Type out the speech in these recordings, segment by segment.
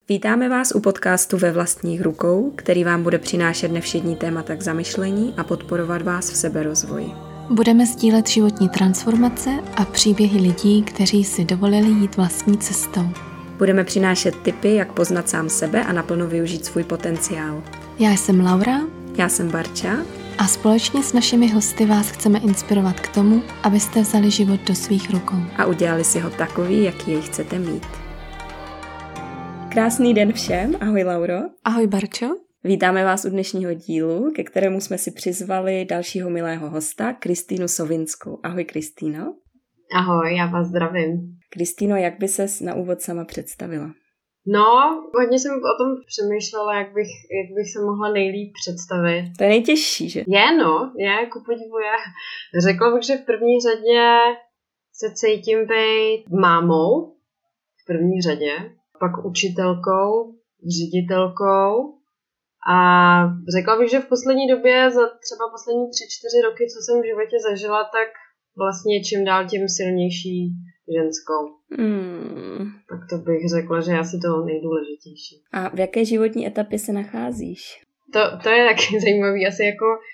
Vítáme vás u podcastu Ve vlastních rukou, který vám bude přinášet nevšední témata k zamyšlení a podporovat vás v seberozvoji. Budeme sdílet životní transformace a příběhy lidí, kteří si dovolili jít vlastní cestou. Budeme přinášet tipy, jak poznat sám sebe a naplno využít svůj potenciál. Já jsem Laura. Já jsem Barča. A společně s našimi hosty vás chceme inspirovat k tomu, abyste vzali život do svých rukou. A udělali si ho takový, jaký jej chcete mít. Krásný den všem, ahoj Lauro. Ahoj Barčo. Vítáme vás u dnešního dílu, ke kterému jsme si přizvali dalšího milého hosta, Kristýnu Sovinskou. Ahoj Kristýno. Ahoj, já vás zdravím. Kristýno, jak by ses na úvod sama představila? No, hodně jsem o tom přemýšlela, jak bych se mohla nejlíp představit. To je nejtěžší, že? Je, ku podivu je. Řekla bych, že v první řadě se cítím být mámou, v první řadě, pak učitelkou, ředitelkou a řekla bych, že v poslední době, za třeba poslední 3-4 roky, co jsem v životě zažila, tak vlastně čím dál tím silnější ženskou. Tak to bych řekla, že je asi to nejdůležitější. A v jaké životní etapě se nacházíš? To je taky zajímavý, asi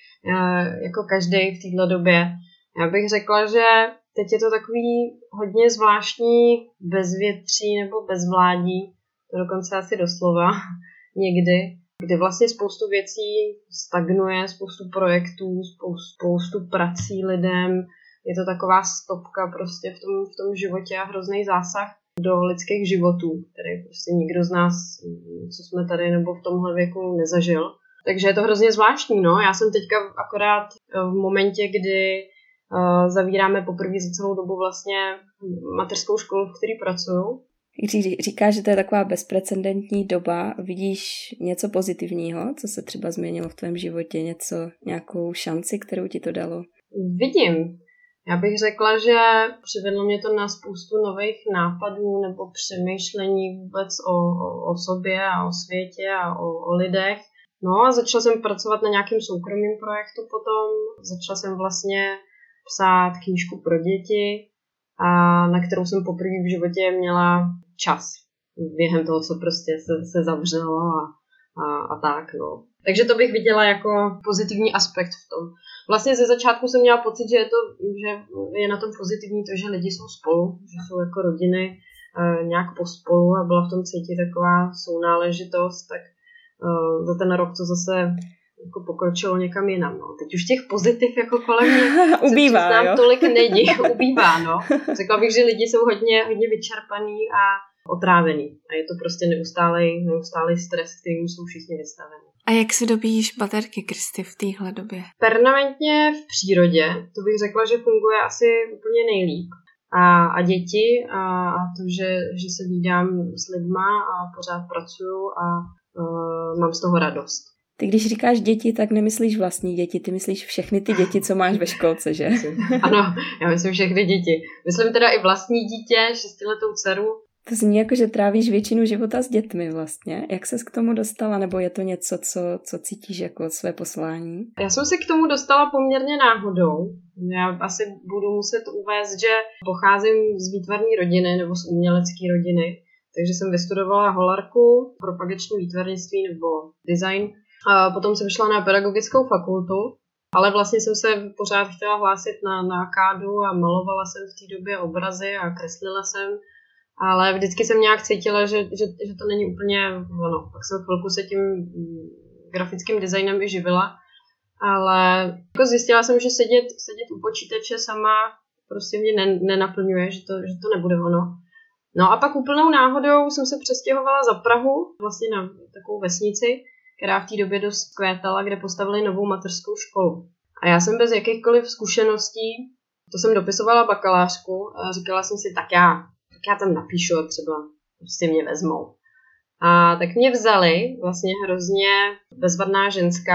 jako každý v této době. Já bych řekla, že teď je to takový hodně zvláštní bezvětří nebo bezvládí, to dokonce asi doslova někdy, kde vlastně spoustu věcí stagnuje, spoustu projektů, spoustu prací lidem. Je to taková stopka prostě v tom životě a hrozný zásah do lidských životů, který prostě nikdo z nás, co jsme tady nebo v tomhle věku nezažil. Takže je to hrozně zvláštní, no. Já jsem teďka akorát v momentě, kdy zavíráme poprvé za celou dobu vlastně mateřskou školu, v které pracuju. Říkáš, že to je taková bezprecedentní doba. Vidíš něco pozitivního, co se třeba změnilo v tvém životě? Nějakou šanci, kterou ti to dalo? Vidím. Já bych řekla, že přivedlo mě to na spoustu nových nápadů nebo přemýšlení vůbec o sobě a o světě a o lidech. No a začala jsem pracovat na nějakém soukromém projektu potom. Začala jsem vlastně psát knížku pro děti, a na kterou jsem poprvé v životě měla čas. Během toho, co prostě se zavřelo a tak, no. Takže to bych viděla jako pozitivní aspekt v tom. Vlastně ze začátku jsem měla pocit, že je na tom pozitivní to, že lidi jsou spolu, že jsou jako rodiny nějak pospolu a byla v tom cítit taková sounáležitost, tak za ten rok to zase jako pokročilo někam jinam. No. Teď už těch pozitiv jako kolem mě ubývá, jo? Tolik není, ubývá, no. Řekla bych, že lidi jsou hodně vyčerpaný a otrávený. A je to prostě neustálej stres, kterým jsou všichni vystaveni. A jak si dobíjíš baterky, Kristy, v téhle době? Permanentně v přírodě, to bych řekla, že funguje asi úplně nejlíp. A děti a to, že se vídám s lidma a pořád pracuju a mám z toho radost. Ty když říkáš děti, tak nemyslíš vlastní děti, ty myslíš všechny ty děti, co máš ve školce, že? Ano, já myslím všechny děti. Myslím teda i vlastní dítě, 6letou dceru. To zní jako, že trávíš většinu života s dětmi vlastně. Jak ses k tomu dostala, nebo je to něco, co cítíš jako své poslání? Já jsem se k tomu dostala poměrně náhodou. Já asi budu muset uvést, že pocházím z výtvarné rodiny nebo z umělecké rodiny. Takže jsem vystudovala holarku, propagační výtvarnictví nebo design. A potom jsem šla na pedagogickou fakultu, ale vlastně jsem se pořád chtěla hlásit na akádu a malovala jsem v té době obrazy a kreslila jsem. Ale vždycky jsem nějak cítila, že to není úplně ono. Pak jsem chvilku se tím grafickým designem i živila, ale jako zjistila jsem, že sedět u počítače sama prostě mě nenaplňuje, že to nebude ono. No a pak úplnou náhodou jsem se přestěhovala za Prahu, vlastně na takovou vesnici, která v té době dost kvétala, kde postavili novou mateřskou školu. A já jsem bez jakýchkoliv zkušeností, to jsem dopisovala bakalářku a říkala jsem si, tak já tam napíšu a třeba prostě mě vezmou. A tak mě vzali vlastně hrozně bezvadná ženská,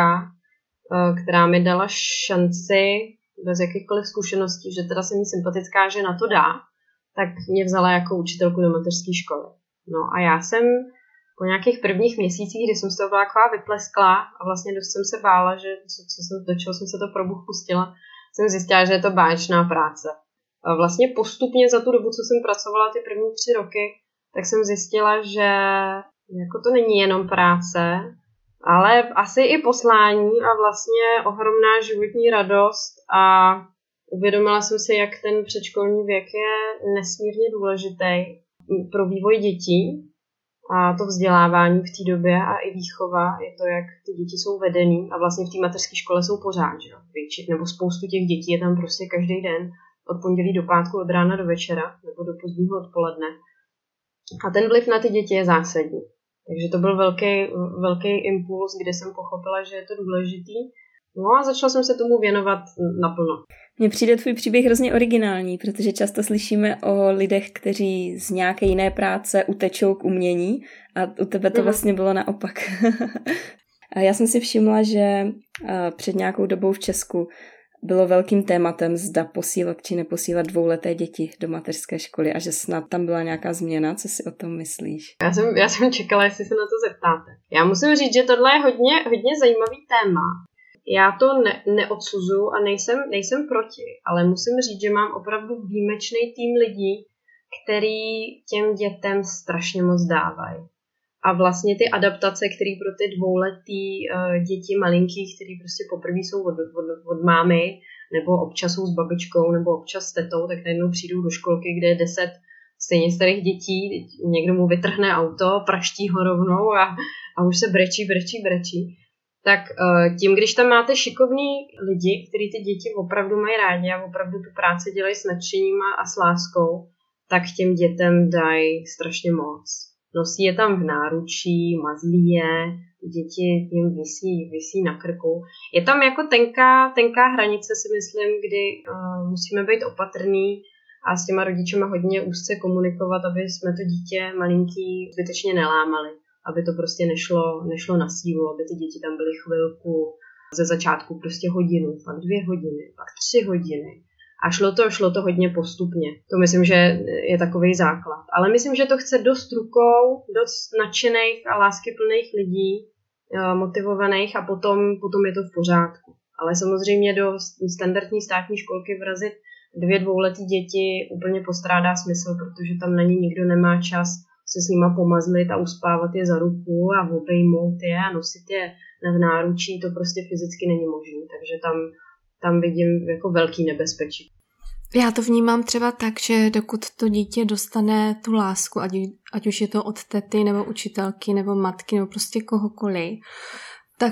která mi dala šanci bez jakýchkoliv zkušeností, že teda jsem jí sympatická, že na to dá, tak mě vzala jako učitelku do mateřské školy. No a já jsem po nějakých prvních měsících, kdy jsem z toho byla taková vyplesklá a vlastně dost jsem se bála, že do čeho jsem se to pro Bůh pustila, jsem zjistila, že je to báječná práce. A vlastně postupně za tu dobu, co jsem pracovala ty první 3 roky, tak jsem zjistila, že Jako to není jenom práce, ale asi i poslání a vlastně ohromná životní radost a uvědomila jsem si, jak ten předškolní věk je nesmírně důležitý pro vývoj dětí a to vzdělávání v té době a i výchova je to, jak ty děti jsou vedený a vlastně v té mateřské škole jsou pořád, že jo, nebo spoustu těch dětí je tam prostě každý den od pondělí do pátku, od rána do večera nebo do pozdního odpoledne a ten vliv na ty děti je zásadní. Takže to byl velký impuls, kde jsem pochopila, že je to důležitý. No a začala jsem se tomu věnovat naplno. Mně přijde tvůj příběh hrozně originální, protože často slyšíme o lidech, kteří z nějaké jiné práce utečou k umění a u tebe to vlastně bylo naopak. A já jsem si všimla, že před nějakou dobou v Česku bylo velkým tématem, zda posílat či neposílat 2leté děti do mateřské školy a že snad tam byla nějaká změna. Co si o tom myslíš? Já jsem čekala, jestli se na to zeptáte. Já musím říct, že tohle je hodně zajímavý téma. Já to neodsuzuju a nejsem proti, ale musím říct, že mám opravdu výjimečný tým lidí, který těm dětem strašně moc dávají. A vlastně ty adaptace, které pro ty 2letý děti malinký, který prostě poprvé jsou od mámy, nebo občas jsou s babičkou, nebo občas s tetou, tak najednou přijdou do školky, kde je 10 stejně starých dětí, někdo mu vytrhne auto, praští ho rovnou a už se brečí. Tak tím, když tam máte šikovný lidi, kteří ty děti opravdu mají rádi a opravdu tu práci dělají s nadšením a s láskou, tak těm dětem dají strašně moc. Nosí je tam v náručí, mazlí je, děti jim visí na krku. Je tam jako tenká hranice, si myslím, kdy musíme být opatrní a s těma rodičema hodně úzce komunikovat, aby jsme to dítě malinký zbytečně nelámali. Aby to prostě nešlo na sílu, aby ty děti tam byly chvilku, ze začátku prostě hodinu, pak 2 hodiny, pak 3 hodiny. A šlo to hodně postupně. To myslím, že je takový základ. Ale myslím, že to chce dost rukou, dost nadšených a láskyplných lidí, motivovaných a potom je to v pořádku. Ale samozřejmě do standardní státní školky vrazit 2 2letý děti úplně postrádá smysl, protože tam na ně nikdo nemá čas se s nima pomazlit a uspávat je za ruku a obejmout je a nosit je v náručí, to prostě fyzicky není možné. Takže tam vidím jako velký nebezpečí. Já to vnímám třeba tak, že dokud to dítě dostane tu lásku, ať už je to od tety nebo učitelky nebo matky nebo prostě kohokoliv, tak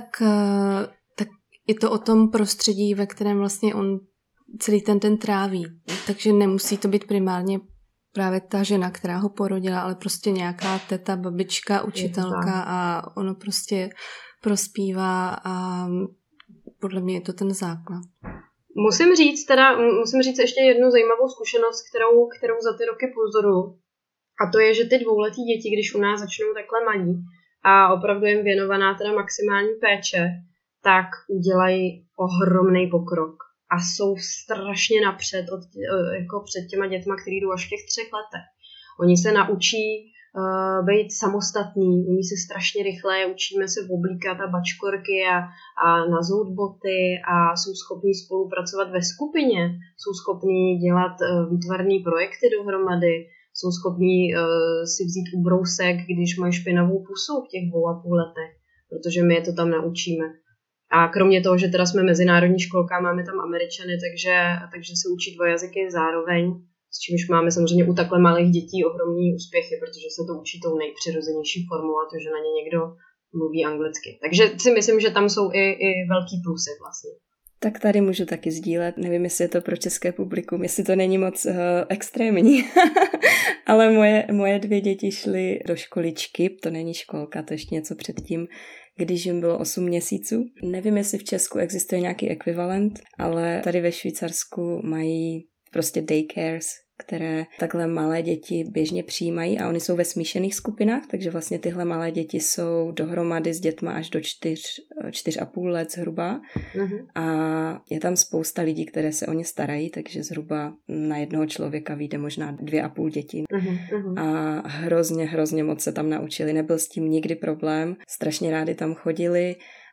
je to o tom prostředí, ve kterém vlastně on celý ten den tráví. Takže nemusí to být primárně právě ta žena, která ho porodila, ale prostě nějaká teta, babička, učitelka a ono prostě prospívá a podle mě je to ten základ. Musím říct ještě jednu zajímavou zkušenost, kterou za ty roky pozoruju. A to je, že ty 2letý děti, když u nás začnou takhle malí a opravdu jim věnovaná teda maximální péče, tak udělají ohromný pokrok. A jsou strašně napřed jako před těma dětma, který jdou až v těch 3 letech. Oni se naučí být samostatní, umí se strašně rychle, učíme se oblíkat a bačkorky a nazout boty a jsou schopní spolupracovat ve skupině, jsou schopní dělat výtvarné projekty dohromady, jsou schopní si vzít ubrousek, když mají špinavou pusu v těch 2,5 letech, protože my je to tam naučíme. A kromě toho, že teda jsme mezinárodní školka, máme tam Američany, takže se učí 2 jazyky zároveň, s čímž máme samozřejmě u takhle malých dětí ohromný úspěchy, protože se to učí tou nejpřirozenější formou a to, že na ně někdo mluví anglicky. Takže si myslím, že tam jsou i velký plusy vlastně. Tak tady můžu taky sdílet, nevím, jestli je to pro české publikum, jestli to není moc extrémní, ale moje 2 děti šly do školičky, to není školka, to ještě něco předtím, když jim bylo 8 měsíců. Nevím, jestli v Česku existuje nějaký ekvivalent, ale tady ve Švýcarsku mají prostě daycares, které takhle malé děti běžně přijímají a oni jsou ve smíšených skupinách, takže vlastně tyhle malé děti jsou dohromady s dětma až do 4,5 let zhruba. A je tam spousta lidí, které se o ně starají, takže zhruba na jednoho člověka vyjde možná 2,5 děti. A hrozně moc se tam naučili, nebyl s tím nikdy problém, strašně rádi tam chodili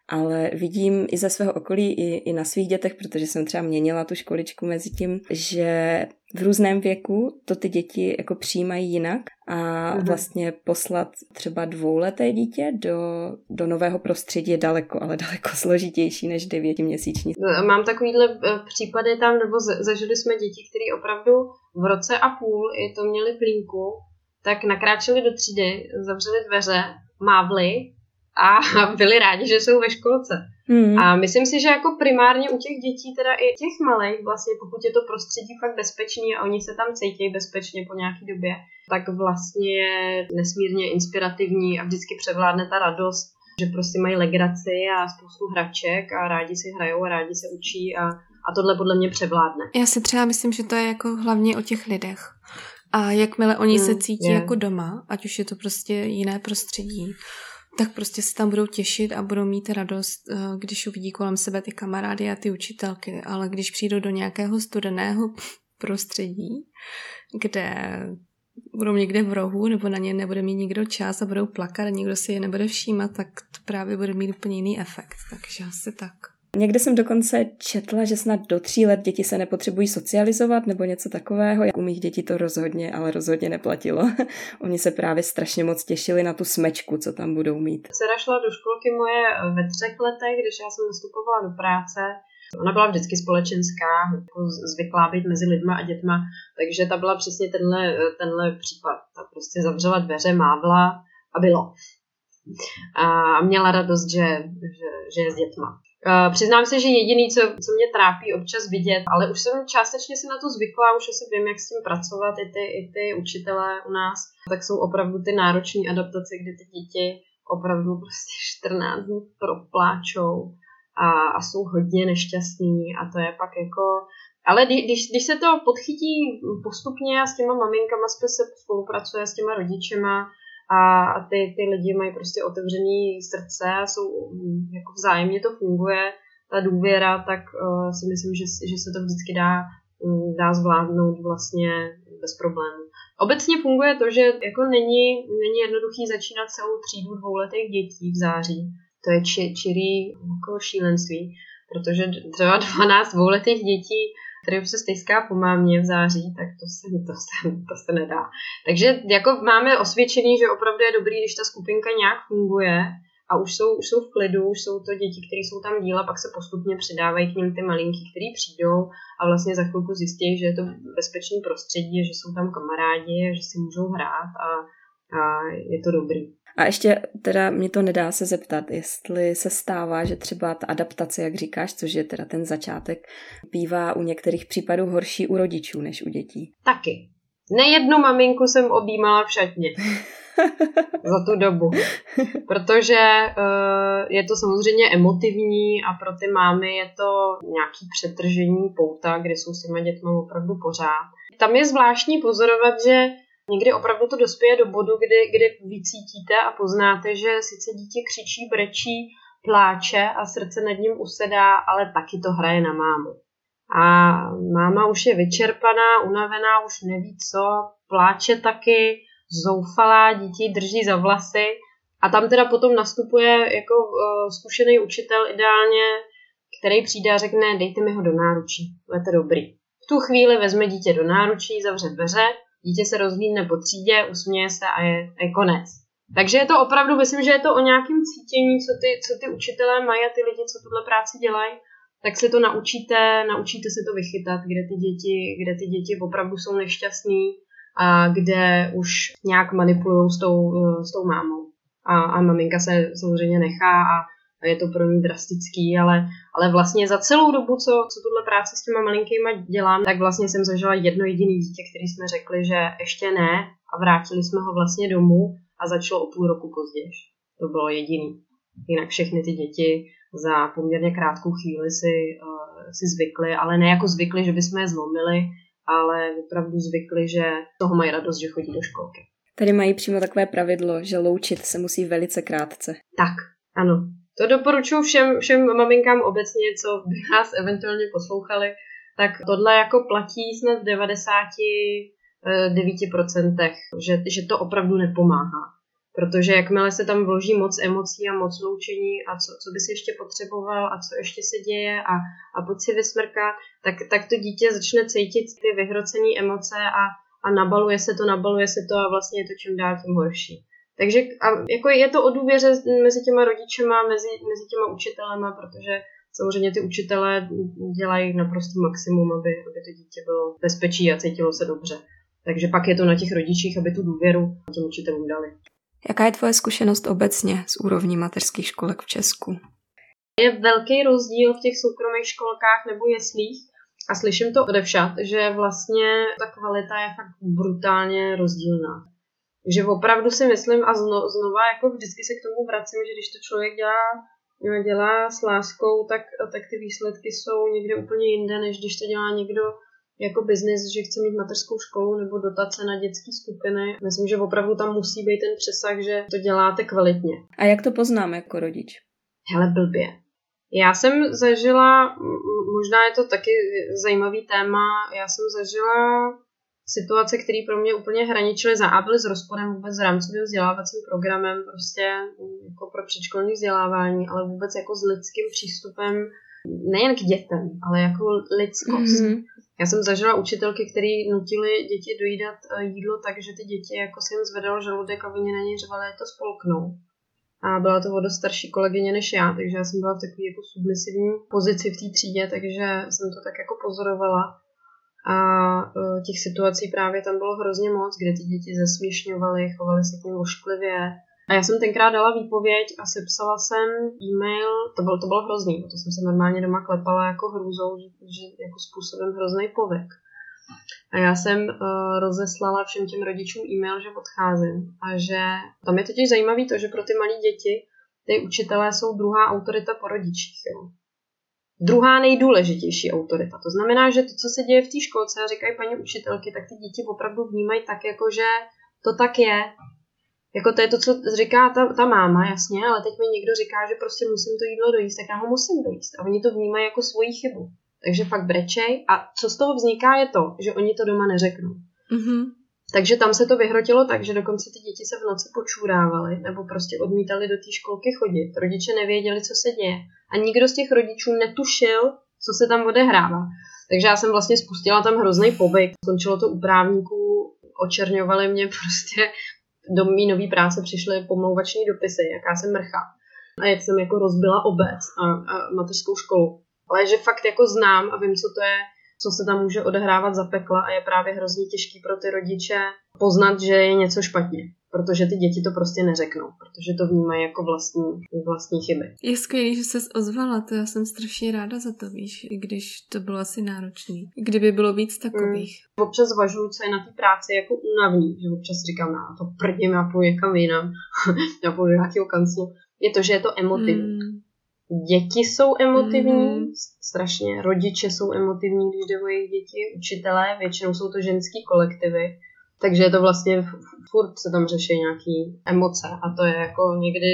ale vidím i ze svého okolí, i na svých dětech, protože jsem třeba měnila tu školičku mezi tím, že v různém věku to ty děti jako přijímají jinak a vlastně poslat třeba 2leté dítě do nového prostředí je daleko složitější než 9měsíční. Mám takovýhle případy tam, nebo zažili jsme děti, které opravdu v roce a půl i to měli plínku, tak nakráčeli do třídy, zavřeli dveře, mávli a byli rádi, že jsou ve školce. A myslím si, že jako primárně u těch dětí, teda i těch malých, vlastně pokud je to prostředí fakt bezpečný a oni se tam cítí bezpečně po nějaký době, tak vlastně je nesmírně inspirativní a vždycky převládne ta radost, že prostě mají legraci a spoustu hraček a rádi si hrajou a rádi se učí a tohle podle mě převládne. Já si třeba myslím, že to je jako hlavně o těch lidech. A jakmile oni se cítí jako doma, ať už je to prostě jiné prostředí, tak prostě se tam budou těšit a budou mít radost, když uvidí kolem sebe ty kamarády a ty učitelky. Ale když přijdou do nějakého studeného prostředí, kde budou někde v rohu nebo na ně nebude mít nikdo čas a budou plakat a nikdo si je nebude všímat, tak to právě bude mít úplně jiný efekt. Takže asi tak. Někde jsem dokonce četla, že snad do 3 let děti se nepotřebují socializovat nebo něco takového. U mých dětí to rozhodně neplatilo. Oni se právě strašně moc těšili na tu smečku, co tam budou mít. Dcera šla do školky moje ve 3 letech, když já jsem nastupovala do práce. Ona byla vždycky společenská, jako zvyklá být mezi lidma a dětma, takže ta byla přesně tenhle případ. Ta prostě zavřela dveře, mávla a bylo. A měla radost, že je s dětma. Přiznám se, že jediný, co mě trápí občas vidět, ale už jsem částečně si na to zvykla, už asi vím, jak s tím pracovat, i ty učitelé u nás, tak jsou opravdu ty náročné adaptace, kdy ty děti opravdu prostě 14 dní propláčou a jsou hodně nešťastní a to je pak jako... Ale když se to podchytí postupně a s těma maminkama se spolupracuje s těma rodičema, a ty lidi mají prostě otevřený srdce a jsou, jako vzájemně to funguje, ta důvěra, tak si myslím, že se to vždycky dá zvládnout vlastně bez problémů. Obecně funguje to, že jako není jednoduchý začínat celou třídu 2letých dětí v září. To je čirý jako šílenství, protože třeba 12 2letých dětí, který se stejská po mámě v září, tak to se nedá. Takže jako máme osvědčený, že opravdu je dobrý, když ta skupinka nějak funguje a už jsou v klidu, už jsou to děti, které jsou tam díl a pak se postupně přidávají k nim ty malinký, který přijdou a vlastně za chvilku zjistí, že je to bezpečný prostředí, že jsou tam kamarádi, že si můžou hrát a je to dobrý. A ještě teda mě to nedá se zeptat, jestli se stává, že třeba ta adaptace, jak říkáš, což je teda ten začátek, bývá u některých případů horší u rodičů než u dětí. Taky. Nejednu maminku jsem objímala v šatně za tu dobu, protože je to samozřejmě emotivní a pro ty mámy je to nějaký přetržení pouta, kde jsou s těma dětmi opravdu pořád. Tam je zvláštní pozorovat, že někdy opravdu to dospěje do bodu, kdy vycítíte a poznáte, že sice dítě křičí, brečí, pláče a srdce nad ním usedá, ale taky to hraje na mámu. A máma už je vyčerpaná, unavená, už neví co, pláče taky, zoufalá, dítě drží za vlasy a tam teda potom nastupuje jako zkušený učitel ideálně, který přijde a řekne, dejte mi ho do náručí, budete dobrý. V tu chvíli vezme dítě do náručí, zavře dveře, dítě se rozhlídne po třídě, usměje se a je konec. Takže je to opravdu, myslím, že je to o nějakém cítění, co ty učitelé mají a ty lidi, co tuhle práci dělají, tak si to naučíte se to vychytat, kde ty děti opravdu jsou nešťastný a kde už nějak manipulují s tou mámou. A maminka se samozřejmě nechá a je to pro ní drastický, ale vlastně za celou dobu, co tuhle práci s těma malinkýma dělám, tak vlastně jsem zažila jedno jediné dítě, který jsme řekli, že ještě ne a vrátili jsme ho vlastně domů a začalo o půl roku později. To bylo jediný. Jinak všechny ty děti za poměrně krátkou chvíli si zvykly, ale ne jako zvykly, že bychom je zlomili, ale opravdu zvykli, že toho mají radost, že chodí do školky. Tady mají přímo takové pravidlo, že loučit se musí velice krátce. Tak, ano. To doporučuji všem maminkám obecně, co by nás eventuálně poslouchali, tak tohle jako platí snad v 99%, že to opravdu nepomáhá. Protože jakmile se tam vloží moc emocí a moc loučení a co bys ještě potřeboval a co ještě se děje a pojď si vysmrkat, tak to dítě začne cítit ty vyhrocené emoce a nabaluje se to a vlastně je to čím dál tím horší. Takže jako je to o důvěře mezi těma rodičema, mezi těma učitelema, protože samozřejmě ty učitelé dělají naprosto maximum, aby to dítě bylo v bezpečí a cítilo se dobře. Takže pak je to na těch rodičích, aby tu důvěru těm učitelům dali. Jaká je tvoje zkušenost obecně s úrovní mateřských školek v Česku? Je velký rozdíl v těch soukromých školkách nebo jeslích a slyším to odevšad, že vlastně ta kvalita je fakt brutálně rozdílná. Že opravdu si myslím a znova jako vždycky se k tomu vracím, že když to člověk dělá s láskou, tak ty výsledky jsou někde úplně jinde, než když to dělá někdo jako biznis, že chce mít mateřskou školu nebo dotace na dětské skupiny. Myslím, že opravdu tam musí být ten přesah, že to děláte kvalitně. A jak to poznáme jako rodič? Hele, blbě. Já jsem zažila, možná je to taky zajímavý téma, já jsem zažila situace, které pro mě úplně hraničily byly s rozporem vůbec s rámcovým vzdělávacím programem, prostě jako pro předškolní vzdělávání, ale vůbec jako s lidským přístupem nejen k dětem, ale jako lidskost. Mm-hmm. Já jsem zažila učitelky, které nutily děti dojídat jídlo tak, že ty děti jako se jim zvedal žaludek a oni na něj řvali, ať to spolknou. A byla to o dost starší kolegyně než já, takže já jsem byla v takové jako submisivní pozici v té třídě, takže jsem to tak jako pozorovala. A těch situací právě tam bylo hrozně moc, kde ty děti zesměšňovaly, chovaly se k ním ošklivě. A já jsem tenkrát dala výpověď a sepsala jsem e-mail, to bylo hrozný, to jsem se normálně doma klepala jako hrůzou, že jako způsobem hrozný povyk. A já jsem rozeslala všem těm rodičům e-mail, že odcházím a že tam je totiž zajímavý to, že pro ty malé děti ty učitelé jsou druhá autorita po rodičích. Jo. Druhá nejdůležitější autorita. To znamená, že to, co se děje v té školce, a říkají paní učitelky, tak ty děti opravdu vnímají tak, jako že to tak je. Jako to je to, co říká ta máma, jasně, ale teď mi někdo říká, že prostě musím to jídlo dojíst, tak já ho musím dojíst. A oni to vnímají jako svoji chybu. Takže fakt brečej. A co z toho vzniká je to, že oni to doma neřeknou. Mm-hmm. Takže tam se to vyhrotilo tak, že dokonce ty děti se v noci počůrávaly nebo prostě odmítali do té školky chodit. Rodiče nevěděli, co se děje. A nikdo z těch rodičů netušil, co se tam odehrává. Takže já jsem vlastně spustila tam hrozný pobyt. Skončilo to u právníků, očerňovali mě prostě, do mý nový práce přišly pomlouvační dopisy, jaká jsem mrcha. A jak jsem jako rozbila obec a mateřskou školu. Ale že fakt jako znám a vím, co to je, co se tam může odehrávat za pekla a je právě hrozně těžký pro ty rodiče poznat, že je něco špatně. Protože ty děti to prostě neřeknou, protože to vnímají jako vlastní chyby. Je skvělý, že ses ozvala, to já jsem strašně ráda za to, víš, i když to bylo asi náročný. Kdyby bylo víc takových. Občas zvažuju, co je na té práci jako únavný, že občas říkám, to prdím, já půjdu někam jinam, já půjdu do nějakého kanclu. Je to, že je to emotivní. Děti jsou emotivní, strašně, rodiče jsou emotivní, když jde o jejich děti, učitelé, většinou jsou to ženský kolektivy, takže je to vlastně furt se tam řeší nějaký emoce a to je jako někdy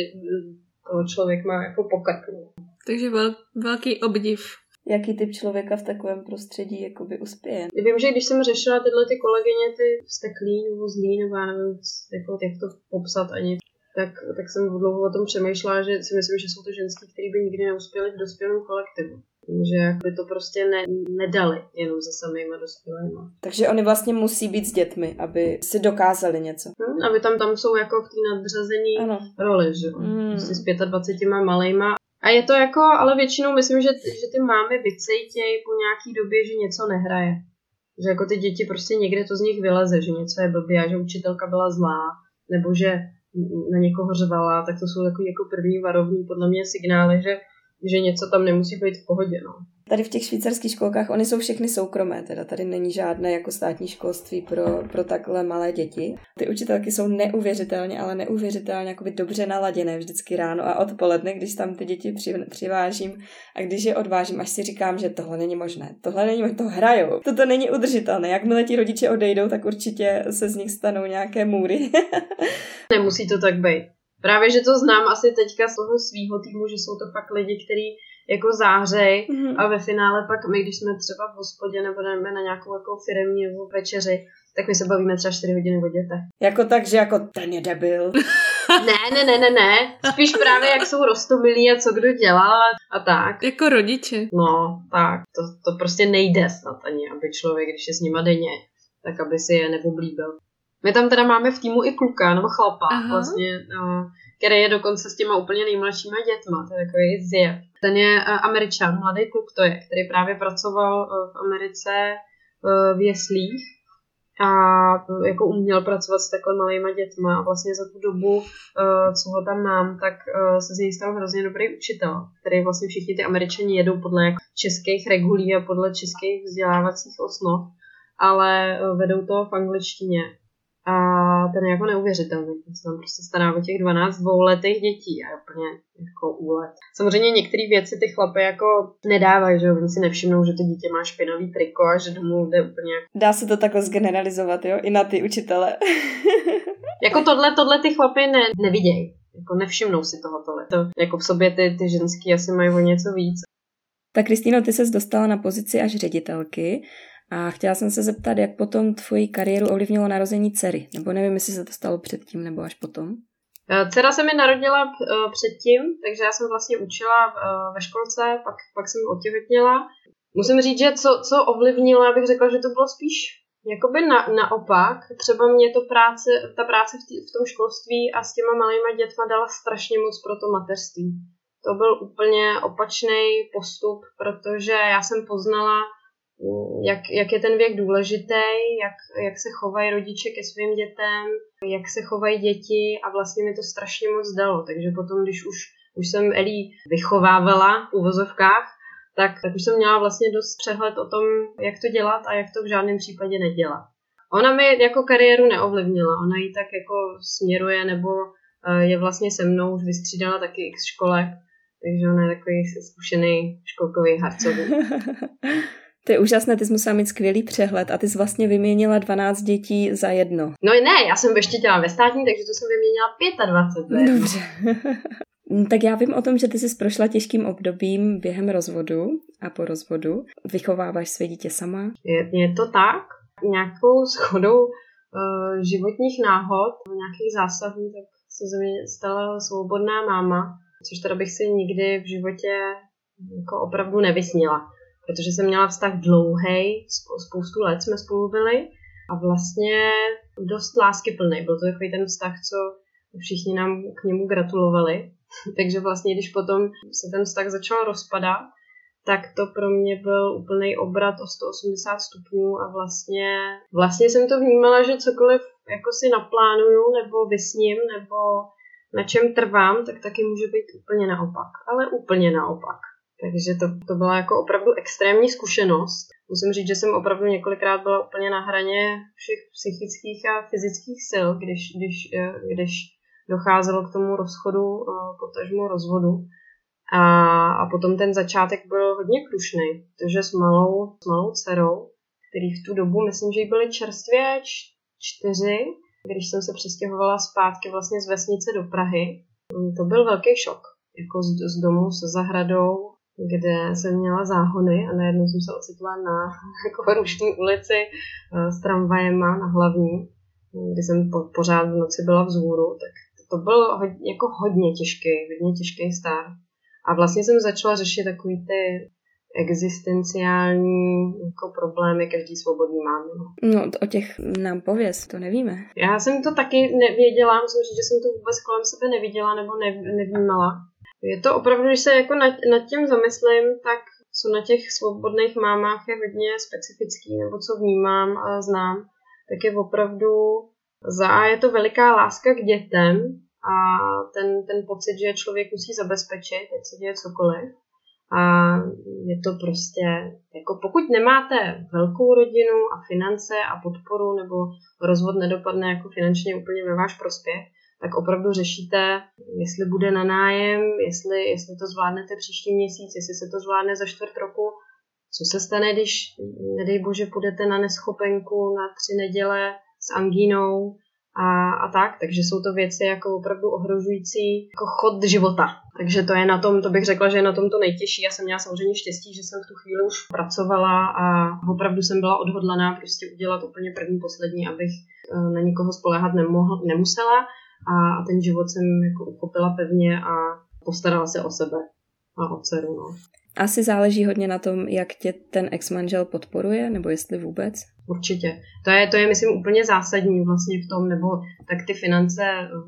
člověk má jako pokrknu. Takže velký obdiv. Jaký typ člověka v takovém prostředí jakoby uspěje? Vím, že když jsem řešila tyhle ty kolegyně, ty vzteklí nebo zlí, nebo já nevím, jako, jak to popsat ani, tak jsem dlouho o tom přemýšlela, že si myslím, že jsou to ženský, kteří by nikdy neuspěli v dospělém kolektivu. Že by to prostě nedali jenom se samýma dospělými. Takže oni vlastně musí být s dětmi, aby si dokázali něco. Aby tam jsou jako v té nadřazení roli, že prostě s 25 malejma. A je to jako, ale většinou myslím, že ty mámy vycejtějí po nějaký době, že něco nehraje. Že jako ty děti prostě někde to z nich vyleze, že něco je blbě, že učitelka byla zlá, nebo že na někoho řvala, tak to jsou takový jako první varovný podle mě signály, že něco tam nemusí být v pohodě. No. Tady v těch švýcarských školkách, oni jsou všechny soukromé, teda tady není žádné jako státní školství pro takhle malé děti. Ty učitelky jsou neuvěřitelně, ale neuvěřitelně jakoby dobře naladěné vždycky ráno a odpoledne, když tam ty děti přivážím a když je odvážím, až si říkám, že tohle není možné, to hrajou, toto není udržitelné. Jakmile ti rodiče odejdou, tak určitě se z nich stanou nějaké můry. Nemusí to tak být. Právě, že to znám asi teďka z toho svýho týmu, že jsou to fakt lidi, kteří jako zářej a ve finále pak my, když jsme třeba v hospodě nebo jdeme na nějakou jako firemní nebo večeři, tak my se bavíme třeba 4 hodiny o dětech. Jako tak, že jako ten je debil. Ne. Spíš právě, jak jsou roztomilí a co kdo dělá a tak. Jako rodiče. No, tak. To prostě nejde snad ani, aby člověk, když je s nima denně, tak aby si je neoblíbil. My tam teda máme v týmu i kluka, nebo chlapa, vlastně, který je dokonce s těma úplně nejmladšíma dětma, to je takový zjev. Ten je Američan, mladý kluk to je, který právě pracoval v Americe v jeslích a jako uměl pracovat s takhle malýma dětma a vlastně za tu dobu, co ho tam mám, tak se z něj stal hrozně dobrý učitel, který vlastně všichni ty Američani jedou podle jako českých regulí a podle českých vzdělávacích osnov, ale vedou to v angličtině. A ten je jako neuvěřitelný. Ten se tam prostě stará o těch 12 dvouletých dětí a úplně jako úlet. Samozřejmě některé věci ty chlapy jako nedávají, že oni si nevšimnou, že to dítě má špinavý triko a že domů jde úplně... Dá se to takhle zgeneralizovat, jo? I na ty učitele. Jako tohle ty chlapy nevidějí. Jako nevšimnou si tohle. To jako v sobě ty ženský asi mají o něco víc. Tak Kristýno, ty ses dostala na pozici až ředitelky. A chtěla jsem se zeptat, jak potom tvoji kariéru ovlivnilo narození dcery? Nebo nevím, jestli se to stalo předtím, nebo až potom? Dcera se mi narodila předtím, takže já jsem vlastně učila ve školce, pak jsem otěhotněla. Musím říct, že co ovlivnilo, abych řekla, že to bylo spíš jakoby naopak. Třeba mě ta práce v tom školství a s těma malýma dětma dala strašně moc pro to mateřství. To byl úplně opačný postup, protože já jsem poznala, jak je ten věk důležitý, jak se chovají rodiče ke svým dětem, jak se chovají děti a vlastně mi to strašně moc dalo. Takže potom, když už jsem Eli vychovávala v uvozovkách, tak už jsem měla vlastně dost přehled o tom, jak to dělat a jak to v žádném případě nedělat. Ona mi jako kariéru neovlivnila, ona ji tak jako směruje nebo je vlastně se mnou, už vystřídala taky x školek, takže ona je takový zkušený školkový harcový. To je úžasné, ty jsi musela mít skvělý přehled a ty jsi vlastně vyměnila 12 dětí za jedno. No ne, já jsem ještě dělala ve státní, takže to jsem vyměnila 25. Dobře. Tak já vím o tom, že ty jsi prošla těžkým obdobím během rozvodu a po rozvodu. Vychováváš své dítě sama? Je to tak. Nějakou shodou životních náhod, nějakých zásahů, tak se ze mě stala svobodná máma, což teda bych si nikdy v životě jako opravdu nevysnila. Protože jsem měla vztah dlouhej, spoustu let jsme spolu byli a vlastně dost láskyplný. Byl to takový ten vztah, co všichni nám k němu gratulovali. Takže vlastně, když potom se ten vztah začal rozpadat, tak to pro mě byl úplný obrat o 180 stupňů a vlastně jsem to vnímala, že cokoliv jako si naplánuju nebo vysním nebo na čem trvám, tak taky může být úplně naopak. Ale úplně naopak. Takže to byla jako opravdu extrémní zkušenost. Musím říct, že jsem opravdu několikrát byla úplně na hraně všech psychických a fyzických sil, když docházelo k tomu rozchodu, potažmo rozvodu. A potom ten začátek byl hodně krušný, protože s malou dcerou, který v tu dobu, myslím, že jí byly čerstvě 4, když jsem se přestěhovala zpátky vlastně z vesnice do Prahy. To byl velký šok, jako z domu se zahradou, kde jsem měla záhony a najednou jsem se ocitla na jako rušní ulici s tramvajema na hlavní, kdy jsem pořád v noci byla vzhůru, tak to byl jako hodně těžký start. A vlastně jsem začala řešit takový ty existenciální jako problémy každý svobodný mámy. No, o těch nám pověz, to nevíme. Já jsem to taky nevěděla, musím říct, že jsem to vůbec kolem sebe neviděla nebo nevnímala. Je to opravdu, když se jako nad tím zamyslím, tak co na těch svobodných mámách je hodně specifický, nebo co vnímám a znám, tak je opravdu je to veliká láska k dětem a ten pocit, že člověk musí zabezpečit, ať se děje cokoliv. A je to prostě, jako pokud nemáte velkou rodinu a finance a podporu, nebo rozvod nedopadne jako finančně úplně ve váš prospěch, tak opravdu řešíte, jestli bude na nájem, jestli to zvládnete příští měsíc, jestli se to zvládne za 4 roku, co se stane, když, nedej bože, půjdete na neschopenku na 3 neděle s angínou a tak. Takže jsou to věci jako opravdu ohrožující jako chod života. Takže to je na tom, to bych řekla, že je na tom to nejtěžší. Já jsem měla samozřejmě štěstí, že jsem v tu chvíli už pracovala a opravdu jsem byla odhodlaná prostě udělat úplně první, poslední, abych na nikoho spoléhat nemusela. a ten život jsem jako uchopila pevně a postarala se o sebe a o dceru. No. Asi záleží hodně na tom, jak tě ten ex-manžel podporuje, nebo jestli vůbec? Určitě. To je myslím úplně zásadní vlastně v tom, nebo tak ty finance,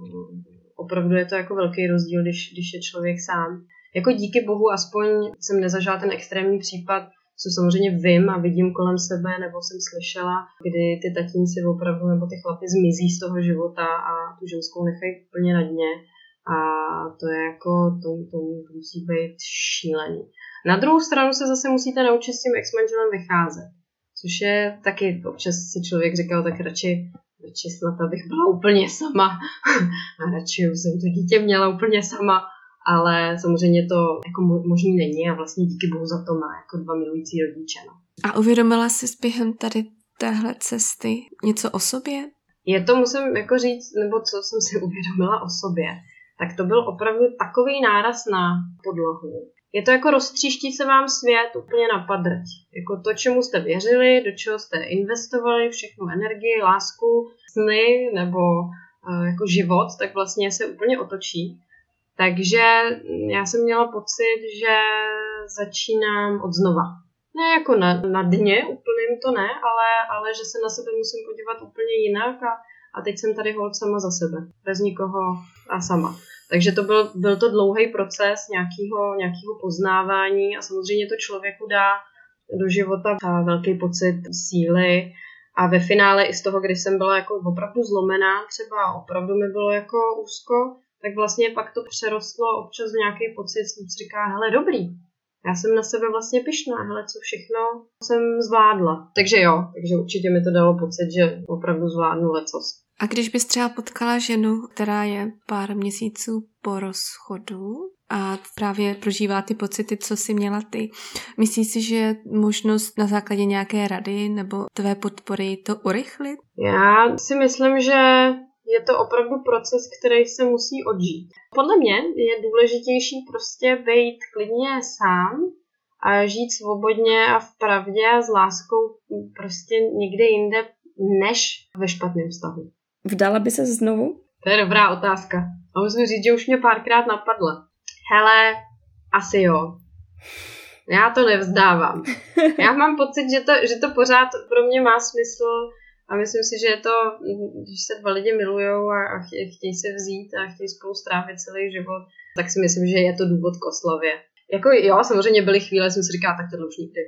opravdu je to jako velký rozdíl, když je člověk sám. Jako díky bohu aspoň jsem nezažila ten extrémní případ, co samozřejmě vím a vidím kolem sebe, nebo jsem slyšela, kdy ty tatínci opravdu, nebo ty chlapi zmizí z toho života a tu ženskou nechají úplně na dně. A to je jako, to musí být šílený. Na druhou stranu se zase musíte naučit s tím ex-manželem vycházet. Což je taky, občas si člověk říkal, tak radši snad abych byla úplně sama. A radši už jsem to dítě měla úplně sama. Ale samozřejmě to jako možný není a vlastně díky bohu za to má jako 2 milující rodiče. No. A uvědomila jsi během tady téhle cesty něco o sobě? Je to, musím jako říct, nebo co jsem si uvědomila o sobě, tak to byl opravdu takový náraz na podlahu. Je to jako roztříští se vám svět úplně na padrť. Jako to, čemu jste věřili, do čeho jste investovali, všechnu energii, lásku, sny nebo jako život, tak vlastně se úplně otočí. Takže já jsem měla pocit, že začínám od znova. Ne jako na dně, úplným to ne, ale že se na sebe musím podívat úplně jinak a teď jsem tady holt sama za sebe, bez nikoho a sama. Takže to byl to dlouhý proces nějakého poznávání a samozřejmě to člověku dá do života velký pocit síly a ve finále i z toho, když jsem byla jako opravdu zlomená, třeba opravdu mi bylo jako úzko, tak vlastně pak to přerostlo občas v nějaký pocit, jsem si říká, hele dobrý, já jsem na sebe vlastně pyšná, hele co všechno jsem zvládla. Takže jo, takže určitě mi to dalo pocit, že opravdu zvládnu lecos. A když bys třeba potkala ženu, která je pár měsíců po rozchodu a právě prožívá ty pocity, co jsi měla ty, myslíš si, že je možnost na základě nějaké rady nebo tvé podpory to urychlit? Já si myslím, že je to opravdu proces, který se musí odžít. Podle mě je důležitější prostě být klidně sám a žít svobodně a v pravdě a s láskou prostě někde jinde, než ve špatném vztahu. Vdala by se znovu? To je dobrá otázka. A musím říct, že už mě párkrát napadla. Hele, asi jo. Já to nevzdávám. Já mám pocit, že to pořád pro mě má smysl a myslím si, že je to, když se 2 lidi milujou a chtějí se vzít a chtějí spolu strávit celý život, tak si myslím, že je to důvod k oslavě. Jako jo, samozřejmě byly chvíle, jsem si říkala, tak tohle už nikdy.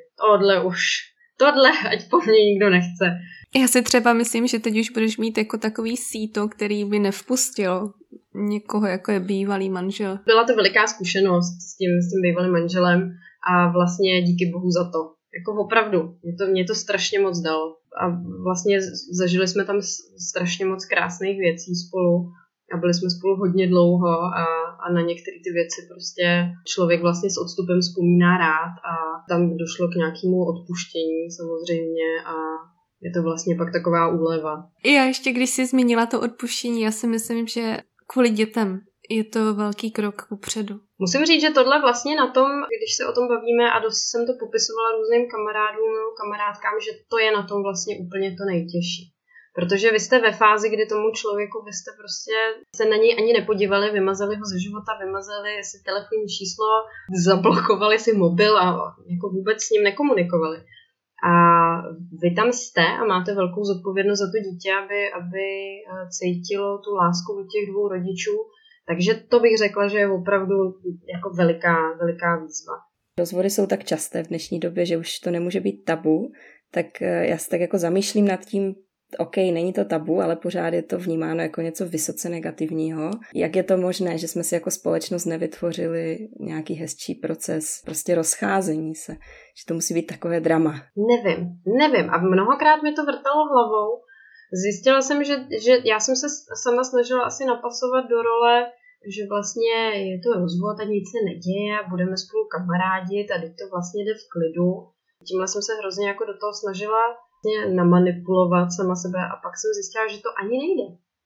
Tohle, ať po mně nikdo nechce. Já si třeba myslím, že teď už budeš mít jako takový síto, který by nevpustil někoho, jako je bývalý manžel. Byla to veliká zkušenost s tím bývalým manželem a vlastně díky bohu za to. Jako opravdu, mě to strašně moc dalo. A vlastně zažili jsme tam strašně moc krásných věcí spolu a byli jsme spolu hodně dlouho a na některé ty věci prostě člověk vlastně s odstupem vzpomíná rád a tam došlo k nějakému odpuštění samozřejmě a je to vlastně pak taková úleva. Já ještě, když jsi zmínila to odpuštění, já si myslím, že kvůli dětem je to velký krok kupředu. Musím říct, že tohle vlastně na tom, když se o tom bavíme a dost jsem to popisovala různým kamarádům nebo kamarádkám, že to je na tom vlastně úplně to nejtěžší. Protože vy jste ve fázi, kdy tomu člověku vy jste prostě se na něj ani nepodívali, vymazali ho ze života, vymazali si telefonní číslo, zablokovali si mobil a jako vůbec s ním nekomunikovali. A vy tam jste a máte velkou zodpovědnost za to dítě, aby cítilo tu lásku od těch 2 rodičů. Takže to bych řekla, že je opravdu jako veliká výzva. Rozvody jsou tak časté v dnešní době, že už to nemůže být tabu, tak já se tak jako zamýšlím nad tím, OK, není to tabu, ale pořád je to vnímáno jako něco vysoce negativního. Jak je to možné, že jsme si jako společnost nevytvořili nějaký hezčí proces prostě rozcházení se, že to musí být takové drama? Nevím. A mnohokrát mi to vrtalo hlavou. Zjistila jsem, že já jsem se sama snažila asi napasovat do role, že vlastně je to rozvod a nic se neděje, budeme spolu kamarádit a teď to vlastně jde v klidu. Tímhle jsem se hrozně jako do toho snažila namanipulovat sama sebe a pak jsem zjistila, že to ani nejde.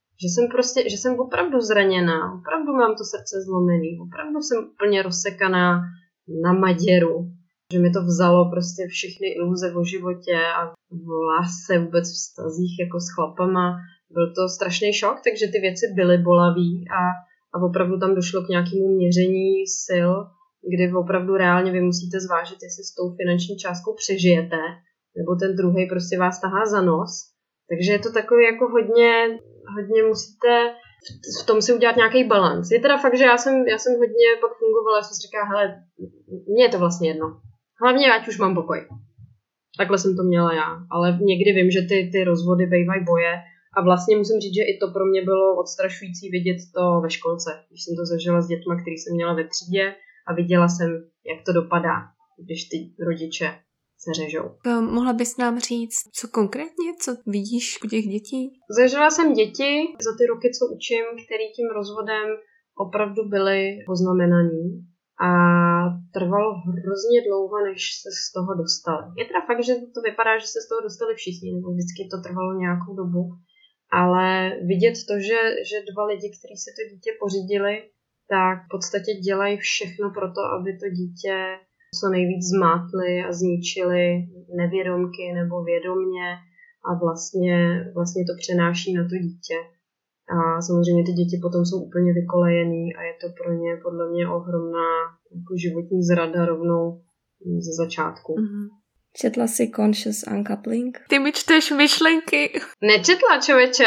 Že jsem opravdu zraněná, opravdu mám to srdce zlomený, opravdu jsem úplně rozsekaná na maděru. Že mi to vzalo prostě všechny iluze o životě a v lásce vůbec v vztazích jako s chlapama, byl to strašný šok, takže ty věci byly bolavý a opravdu tam došlo k nějakému měření sil, kdy opravdu reálně vy musíte zvážit, jestli s tou finanční částkou přežijete, nebo ten druhej prostě vás tahá za nos. Takže je to takový jako hodně musíte v tom si udělat nějaký balans. Je teda fakt, že já jsem hodně pak fungovala, jsem si říkala, hele, mně je to vlastně jedno. Hlavně ať už mám pokoj. Takhle jsem to měla já. Ale někdy vím, že ty rozvody bývají boje a vlastně musím říct, že i to pro mě bylo odstrašující vidět to ve školce. Když jsem to zažila s dětma, který jsem měla ve třídě a viděla jsem, jak to dopadá, když ty rodiče se řežou. Mohla bys nám říct, co konkrétně, co vidíš u těch dětí? Zažila jsem děti za ty roky, co učím, který tím rozvodem opravdu byly poznamenaný a trvalo hrozně dlouho, než se z toho dostali. Je teda fakt, že to vypadá, že se z toho dostali všichni, nebo vždycky to trvalo nějakou dobu, ale vidět to, že dva lidi, kteří se to dítě pořídili, tak v podstatě dělají všechno pro to, aby to dítě co nejvíc zmátli a zničili nevědomky nebo vědomně a vlastně to přenáší na to dítě. A samozřejmě ty děti potom jsou úplně vykolejený a je to pro ně podle mě ohromná jako životní zrada rovnou ze začátku. Mm-hmm. Četla jsi Conscious Uncoupling? Ty mi čteš myšlenky. Nečetla, člověče.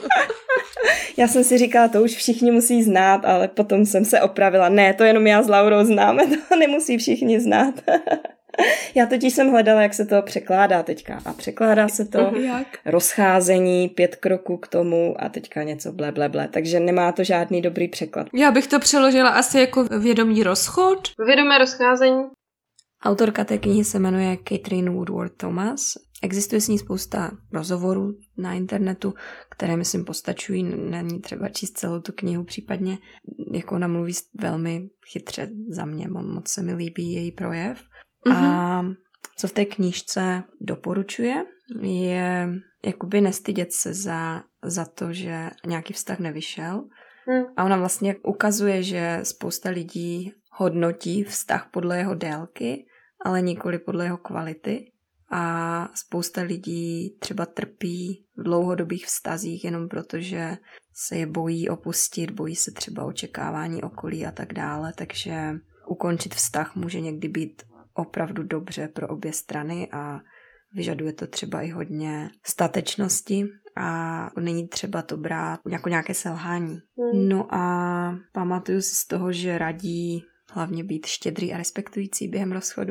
Já jsem si říkala, to už všichni musí znát, ale potom jsem se opravila. Ne, to jenom já s Laurou známe, to nemusí všichni znát. Já totiž jsem hledala, jak se to překládá teďka. A překládá se to rozcházení, 5 kroků k tomu a teďka něco ble. Takže nemá to žádný dobrý překlad. Já bych to přeložila asi jako vědomý rozchod. Vědomé rozcházení. Autorka té knihy se jmenuje Catherine Woodward Thomas. Existuje s ní spousta rozhovorů na internetu, které, myslím, postačují. Není třeba číst celou tu knihu případně. Jako ona mluví velmi chytře za mě. Moc se mi líbí její projev. A co v té knížce doporučuje, je jakoby nestydět se za to, že nějaký vztah nevyšel. A ona vlastně ukazuje, že spousta lidí hodnotí vztah podle jeho délky, ale nikoli podle jeho kvality. A spousta lidí třeba trpí v dlouhodobých vztazích jenom proto, že se je bojí opustit, bojí se třeba očekávání okolí a tak dále. Takže ukončit vztah může někdy být opravdu dobře pro obě strany a vyžaduje to třeba i hodně statečnosti a není třeba to brát jako nějaké selhání. No a pamatuju si z toho, že radí hlavně být štědrý a respektující během rozchodu.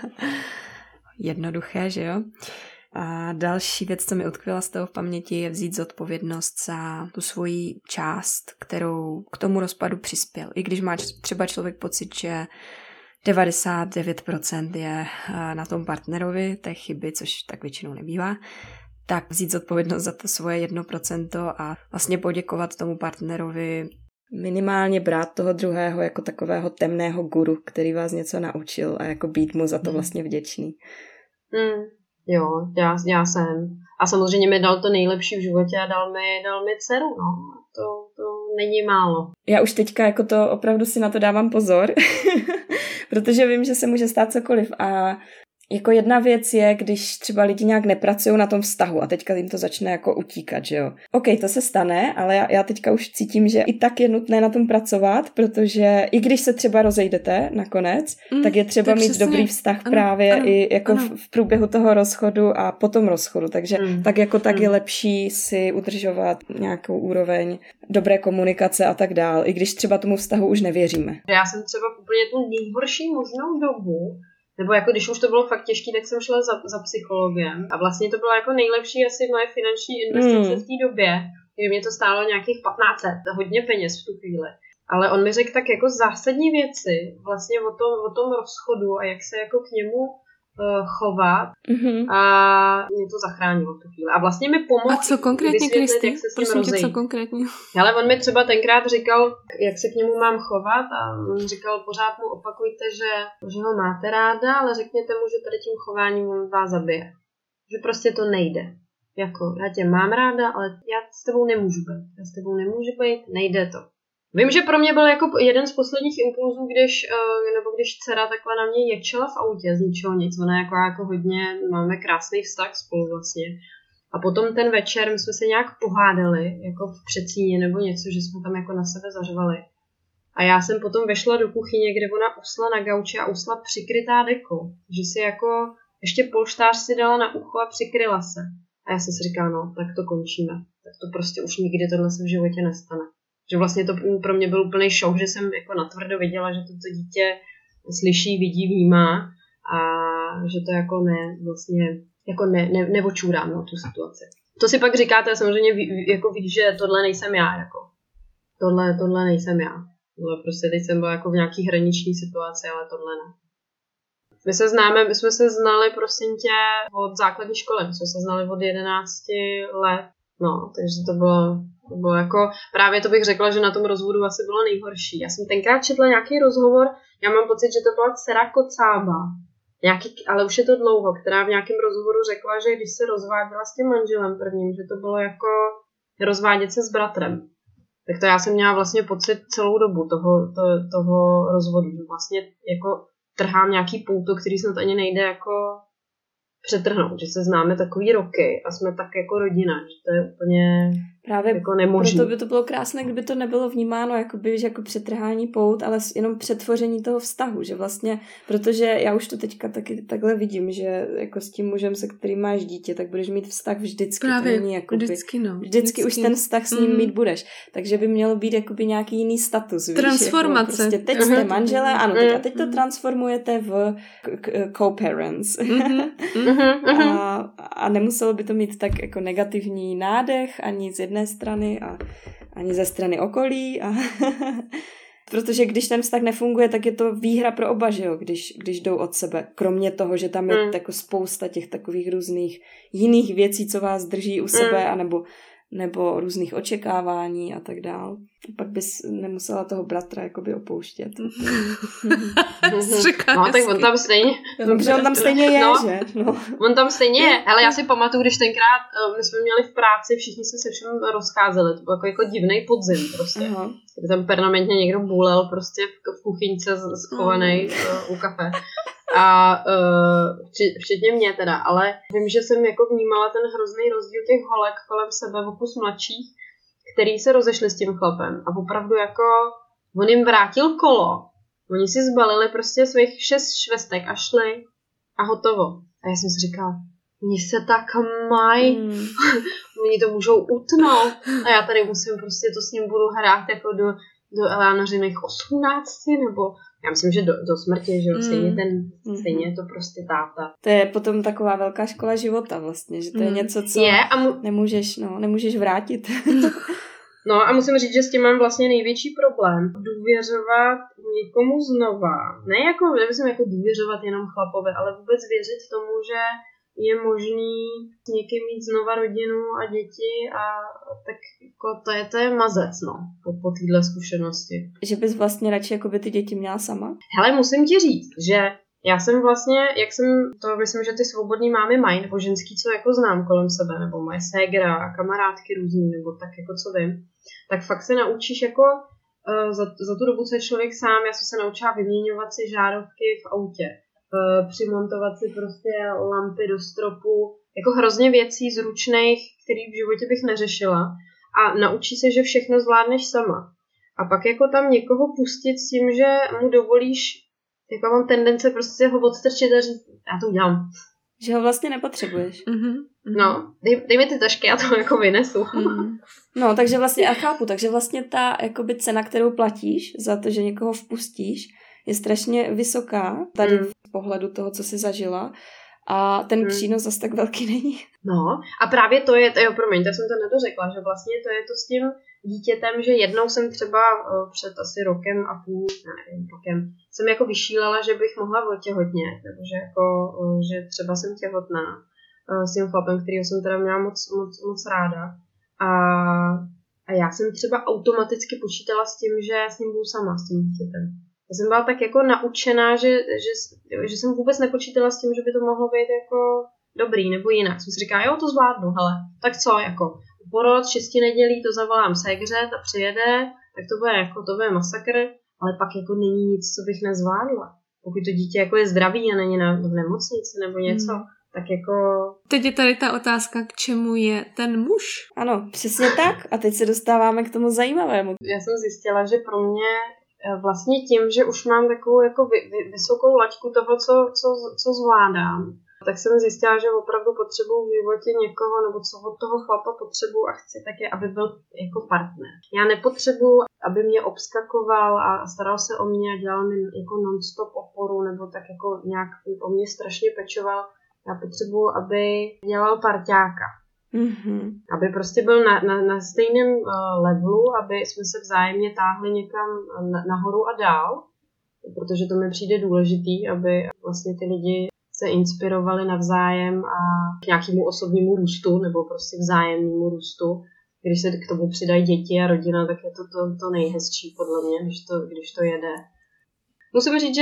Jednoduché, že jo? A další věc, co mi utkvěla z toho v paměti, je vzít zodpovědnost za tu svoji část, kterou k tomu rozpadu přispěl. I když má třeba člověk pocit, že 99% je na tom partnerovi té chyby, což tak většinou nebývá, tak vzít zodpovědnost za to svoje 1% a vlastně poděkovat tomu partnerovi. Minimálně brát toho druhého jako takového temného guru, který vás něco naučil a jako být mu za to vlastně vděčný. Jo, já jsem. A samozřejmě mi dal to nejlepší v životě a dal mi dceru, no. To není málo. Já už teďka jako to opravdu si na to dávám pozor, protože vím, že se může stát cokoliv a jako jedna věc je, když třeba lidi nějak nepracují na tom vztahu a teďka jim to začne jako utíkat, že jo. OK, to se stane, ale já teďka už cítím, že i tak je nutné na tom pracovat, protože i když se třeba rozejdete nakonec, tak je třeba mít dobrý vztah právě i jako v průběhu toho rozchodu a po tom rozchodu, takže tak je lepší si udržovat nějakou úroveň dobré komunikace a tak dál, i když třeba tomu vztahu už nevěříme. Já jsem třeba úplně tu nejhorší možnou dobu, nebo jako když už to bylo fakt těžké, tak jsem šla za psychologem a vlastně to byla jako nejlepší asi moje finanční investice v té době, kdy mě to stálo nějakých 1500, hodně peněz v tu chvíli. Ale on mi řekl tak jako zásadní věci vlastně o tom rozchodu a jak se jako k němu chovat a mě to zachránilo v tu chvíli. A vlastně mi pomohl vysvětlit, jak se s tím rozejít. Co konkrétně? Ale on mi třeba tenkrát říkal, jak se k němu mám chovat a on říkal, pořád mu opakujte, že ho máte ráda, ale řekněte mu, že tady tím chováním on vás zabije. Že prostě to nejde. Jako, já tě mám ráda, ale já s tebou nemůžu být. Nejde to. Vím, že pro mě byl jako jeden z posledních impulzů, když dcera takhle na mě ječela v autě z ničeho nic. Ona jako hodně, máme krásný vztah spolu vlastně. A potom ten večer my jsme se nějak pohádali, jako v předsíně nebo něco, že jsme tam jako na sebe zařvali. A já jsem potom vešla do kuchyně, kde ona usla na gauči a usla přikrytá dekou. Že si jako ještě polštář si dala na ucho a přikryla se. A já jsem si říkala, no, tak to končíme. Tak to prostě už nikdy tohle se v životě nestane. Že vlastně to pro mě byl úplný šok, že jsem jako natvrdo viděla, že to dítě slyší, vidí, vnímá a že to jako vlastně jako neočůrám na tu situaci. To si pak říkáte, samozřejmě jako víš, že tohle nejsem já, jako. Tohle nejsem já. Tohle prostě teď jsem byla jako v nějaký hraniční situaci, ale tohle ne. My jsme se znali prosím tě od základní školy, my jsme se znali od 11 let, no, takže to bylo jako, právě to bych řekla, že na tom rozvodu asi bylo nejhorší. Já jsem tenkrát četla nějaký rozhovor, já mám pocit, že to byla dcera Kocába, ale už je to dlouho, která v nějakém rozhovoru řekla, že když se rozváděla s tím manželem prvním, že to bylo jako rozvádět se s bratrem. Tak to já jsem měla vlastně pocit celou dobu toho rozvodu, že vlastně jako trhám nějaký pouto, který snad ani nejde jako přetrhnout, že se známe takový roky a jsme tak jako rodina, že to je úplně právě jako nemožné. Proto by to bylo krásné, kdyby to nebylo vnímáno že jako přetrhání pout, ale jenom přetvoření toho vztahu, že vlastně, protože já už to teďka taky takhle vidím, že jako s tím mužem, se kterým máš dítě, tak budeš mít vztah vždycky. Právě, to není jakoby, vždycky už ten vztah s ním mít budeš. Takže by mělo být jakoby nějaký jiný status. Víš? Transformace. Jako prostě teď jste manželé, ano, teď to transformujete v co-parents. A nemuselo by to mít tak jako negativní nádech ani z jedné strany a ani ze strany okolí. Protože když ten vztah nefunguje, tak je to výhra pro oba, že jo? Když jdou od sebe. Kromě toho, že tam je jako spousta těch takových různých jiných věcí, co vás drží u sebe, nebo různých očekávání a tak dál. Pak bys nemusela toho bratra jakoby opouštět. No, tak on tam stejně... Dobře, on tam stejně je, no, že? No. On tam stejně je, ale já si pamatuju, když tenkrát my jsme měli v práci, všichni se všem rozcházeli, to byl jako divnej podzim prostě. Kdy tam permanentně někdo bůlel prostě v kuchyňce schovaný u kafe. A včetně mě teda, ale vím, že jsem jako vnímala ten hrozný rozdíl těch holek kolem sebe, o kus mladších, který se rozešli s tím chlapem a opravdu jako on jim vrátil kolo, oni si zbalili prostě svých 6 švestek a šli a hotovo. A já jsem si říkala, oni se tak mají, oni to můžou utnout a já tady musím prostě to s ním budu hrát jako do Eleanořiných 18 nebo já myslím, že do smrti, že stejně je to prostě táta. To je potom taková velká škola života vlastně, že to je něco, co nemůžeš vrátit. No a musím říct, že s tím mám vlastně největší problém. Důvěřovat někomu znova. Ne jako, nemyslím jako důvěřovat jenom chlapovi, ale vůbec věřit tomu, že je možný s někým mít znova rodinu a děti a tak jako to je mazec, no, po téhle zkušenosti. Že bys vlastně radši jako by ty děti měla sama? Hele, musím ti říct, že já jsem vlastně, myslím, že ty svobodný mámy mají, nebo ženský, co jako znám kolem sebe, nebo moje ségra a kamarádky různý, nebo tak jako co vím, tak fakt se naučíš jako za tu dobu, co je člověk sám, já jsem se naučila vyměňovat si žárovky v autě, přimontovat si prostě lampy do stropu, jako hrozně věcí zručných, který v životě bych neřešila a naučí se, že všechno zvládneš sama. A pak jako tam někoho pustit s tím, že mu dovolíš, jako mám tendence prostě ho odstrčit a říct, já to udělám. Že ho vlastně nepotřebuješ. No, dej mi ty tašky, já to jako vynesu. No, takže vlastně, a chápu, takže vlastně ta jakoby cena, kterou platíš za to, že někoho vpustíš, je strašně vysoká tady v pohledu toho, co jsi zažila a ten přínos zase tak velký není. No a právě to je, promiň, tak jsem to nedořekla, že vlastně to je to s tím dítětem, že jednou jsem třeba před asi rokem a půl, jsem jako vyšílela, že bych mohla otěhotnět, nebo že třeba jsem těhotná s tím chlapem, kterýho jsem teda měla moc ráda a já jsem třeba automaticky počítala s tím, že s ním budu sama, s tím dítětem. Já jsem byla tak jako naučená, že jsem vůbec nepočítala s tím, že by to mohlo být jako dobrý nebo jinak. Jsem si říkala, jo, to zvládnu, hele, tak co, jako porod 6 nedělí, to zavolám ségře, ta přijede, tak to bude masakr, ale pak jako není nic, co bych nezvládla. Pokud to dítě jako je zdravý a není v nemocnici nebo něco, tak jako... Teď je tady ta otázka, k čemu je ten muž? Ano, přesně tak. A teď se dostáváme k tomu zajímavému. Já jsem zjistila, že pro mě vlastně tím, že už mám takovou jako vysokou laťku toho, co zvládám, tak jsem zjistila, že opravdu potřebuji v životě někoho, nebo co od toho chlapa potřebuji a chci, tak je, aby byl jako partner. Já nepotřebuji, aby mě obskakoval a staral se o mě a dělal mi jako non-stop oporu, nebo tak jako nějak o mě strašně pečoval. Já potřebuji, aby dělal parťáka. Mm-hmm. Aby prostě byl na stejném levelu, aby jsme se vzájemně táhli někam nahoru a dál, protože to mi přijde důležitý, aby vlastně ty lidi se inspirovali navzájem a k nějakému osobnímu růstu nebo prostě vzájemnému růstu. Když se k tomu přidají děti a rodina, tak je to nejhezčí podle mě, když to jede. Musím říct,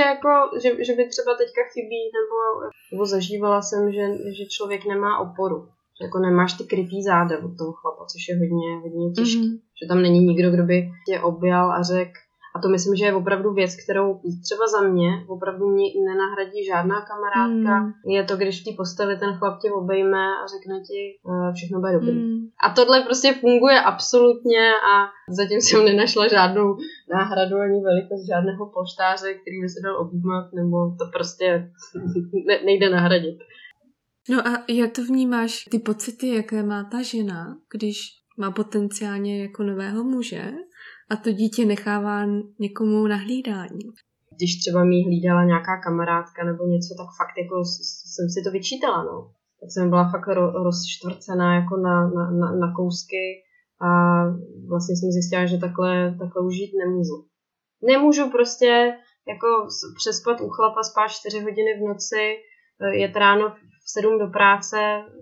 že by třeba teďka chybí, nebo zažívala jsem, že člověk nemá oporu. Že jako nemáš ty krytý záda od toho chlapa, což je hodně těžké. Že tam není nikdo, kdo by tě objal a řekl. A to myslím, že je opravdu věc, kterou třeba za mě opravdu nenahradí žádná kamarádka. Je to, když v té posteli ten chlap tě obejme a řekne ti, všechno bude dobrý. A tohle prostě funguje absolutně a zatím jsem nenašla žádnou náhradu ani velikost žádného polštáře, který by se dal objímat, nebo to prostě nejde nahradit. No a jak to vnímáš, ty pocity, jaké má ta žena, když má potenciálně jako nového muže a to dítě nechává někomu na hlídání? Když třeba mi hlídala nějaká kamarádka nebo něco, tak fakt jako jsem si to vyčítala, no. Tak jsem byla fakt rozštvrcená jako na kousky a vlastně jsem zjistila, že takhle už žít nemůžu. Nemůžu prostě jako přespat u chlapa, spát 4 hodiny v noci, jet ráno v 7 do práce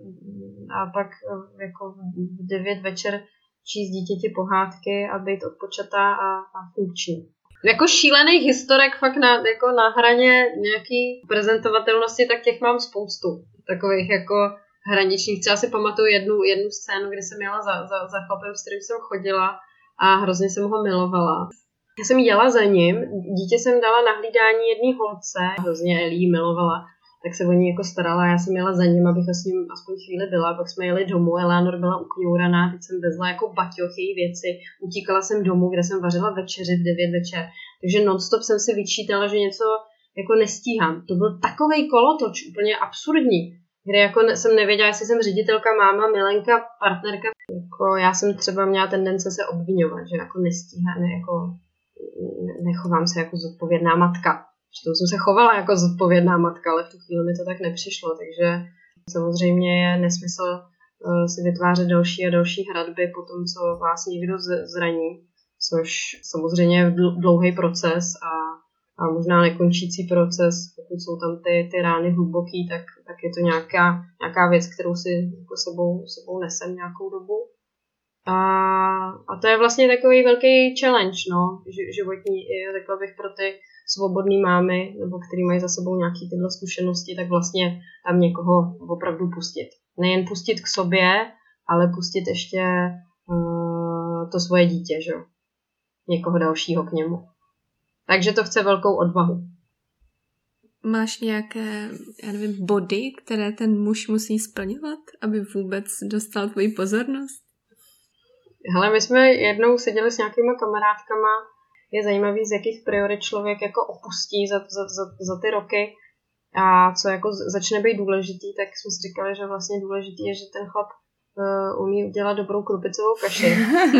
a pak jako v 9 večer číst dítěti pohádky a být odpočatá a funkční. Jako šílených historek fakt na hraně nějaký prezentovatelnosti, tak těch mám spoustu. Takových jako hraničních. Třeba si pamatuju jednu scénu, kdy jsem jela za chlapem, s kterým jsem chodila a hrozně jsem ho milovala. Já jsem jela za ním, dítě jsem dala na hlídání jedné holce, hrozně Elí milovala, tak se o ní jako starala, já jsem jela za ním, abych s ním aspoň chvíli byla, pak jsme jeli domů, Eleanor byla ukňouraná, teď jsem vezla jako baťoch její věci, utíkala jsem domů, kde jsem vařila večeři v 9 večer, takže non-stop jsem si vyčítala, že něco jako nestíhám. To byl takovej kolotoč, úplně absurdní, kde jako jsem nevěděla, jestli jsem ředitelka, máma, milenka, partnerka. Jako já jsem třeba měla tendence se obviňovat, že jako nestíhám, jako nechovám se jako zodpovědná matka. To jsem se chovala jako zodpovědná matka, ale v tu chvíli mi to tak nepřišlo, takže samozřejmě je nesmysl si vytvářet další a další hradby po tom, co vás někdo zraní, což samozřejmě je dlouhý proces a možná nekončící proces, pokud jsou tam ty rány hluboký, tak je to nějaká věc, kterou si jako sebou nesem nějakou dobu. A to je vlastně takový velký challenge, no, životní, řekla bych pro ty svobodný mámy, nebo který mají za sebou nějaké tyhle zkušenosti, tak vlastně tam někoho opravdu pustit. Nejen pustit k sobě, ale pustit ještě to svoje dítě, že jo? Někoho dalšího k němu. Takže to chce velkou odvahu. Máš nějaké, já nevím, body, které ten muž musí splňovat, aby vůbec dostal tvoji pozornost? Hele, my jsme jednou seděli s nějakýma kamarádkama. Je zajímavý, z jakých priorit člověk jako opustí za ty roky a co jako začne být důležitý, tak jsme si říkali, že vlastně důležitý je, že ten chlap umí udělat dobrou krupicovou kaši.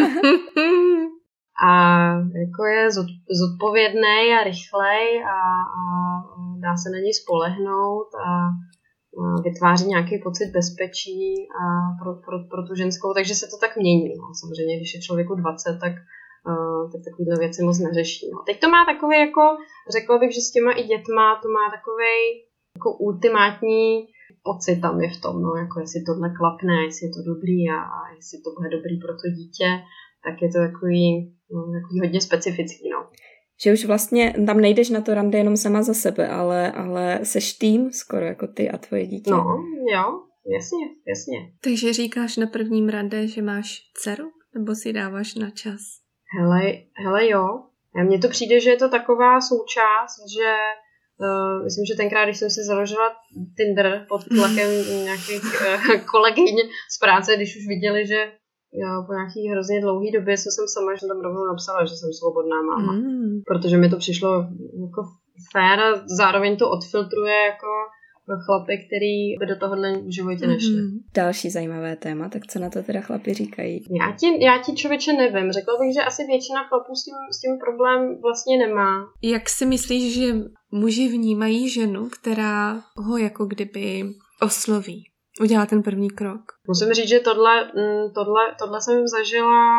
A jako je zodpovědný a rychlej a dá se na něj spolehnout a vytváří nějaký pocit bezpečí a pro tu ženskou, takže se to tak mění. No. Samozřejmě, když je člověku 20, tak takovýhle věci moc neřeší. No. Teď to má takový, jako řekla bych, že s těma i dětma to má takový jako ultimátní pocit tam je v tom, no, jako jestli tohle klapne, jestli je to dobrý a jestli to bude dobrý pro to dítě, tak je to takový hodně specifický, no. Že už vlastně tam nejdeš na to rande jenom sama za sebe, ale seš tým skoro jako ty a tvoje dítě. No, jo, jasně. Takže říkáš na prvním rande, že máš dceru? Nebo si dáváš na čas? Hele jo. Mně to přijde, že je to taková součást, že myslím, že tenkrát, když jsem si založila Tinder pod tlakem nějakých kolegyň z práce, když už viděli, že po nějaký hrozně dlouhý době, co jsem sama, že jsem tam rovnou napsala, že jsem svobodná máma. Protože mi to přišlo jako fér a zároveň to odfiltruje jako chlapy, který by do tohohle v životě nešli. Další zajímavé téma, tak co na to teda chlapi říkají? Já ti člověče nevím. Řekla bych, že asi většina chlapů s tím problém vlastně nemá. Jak si myslíš, že muži vnímají ženu, která ho jako kdyby osloví? Udělá ten první krok? Musím říct, že tohle jsem zažila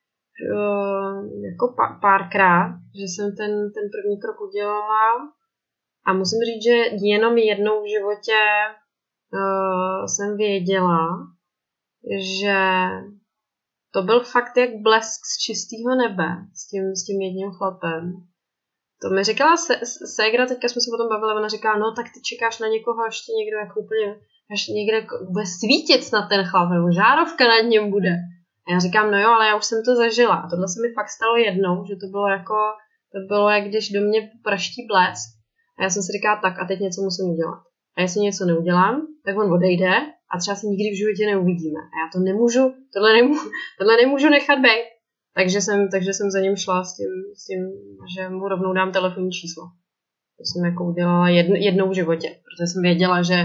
jako párkrát, že jsem ten první krok udělala. A musím říct, že jenom jednou v životě jsem věděla, že to byl fakt jak blesk z čistého nebe s tím jedním chlapem. To mi říkala ségra, teďka jsme se o tom bavili, ona říká, no tak ty čekáš na někoho, až ti někdo jako úplně, až někde bude svítit snad ten chlap, nebo žárovka nad něm bude. A já říkám, no jo, ale já už jsem to zažila. A tohle se mi fakt stalo jednou, že to bylo jak když do mě praští blesk. A já jsem si říkala, tak a teď něco musím udělat. A jestli něco neudělám, tak on odejde a třeba se nikdy v životě neuvidíme. A já to nemůžu, tohle nemůžu nechat být. Takže jsem za ním šla s tím, že mu rovnou dám telefonní číslo. To jsem jako udělala jednou v životě, protože jsem věděla, že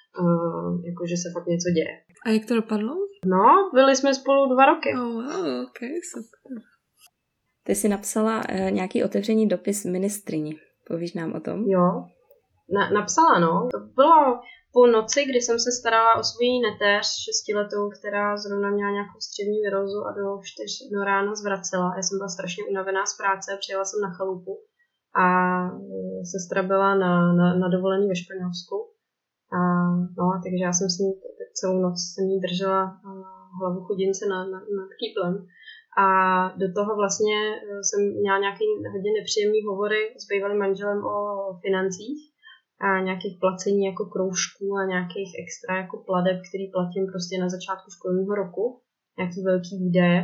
se fakt něco děje. A jak to dopadlo? No, byli jsme spolu 2 roky. Oh, wow, okay, super. Ty jsi napsala nějaký otevřený dopis ministryni. Povíš nám o tom? Jo, napsala, no. To bylo po noci, kdy jsem se starala o svou netéř 6letou, která zrovna měla nějakou střevní virózu a do 4 do rána zvracela. Já jsem byla strašně unavená z práce, přijela jsem na chalupu a sestra byla na dovolení ve Španělsku. Takže já jsem s ní celou noc držela hlavu chudince nad kýblem. A do toho vlastně jsem měla nějaké hodně nepříjemné hovory s bývalým manželem o financích a nějakých placení jako kroužků a nějakých extra jako plateb, který platím prostě na začátku školního roku, nějaký velký výdaje.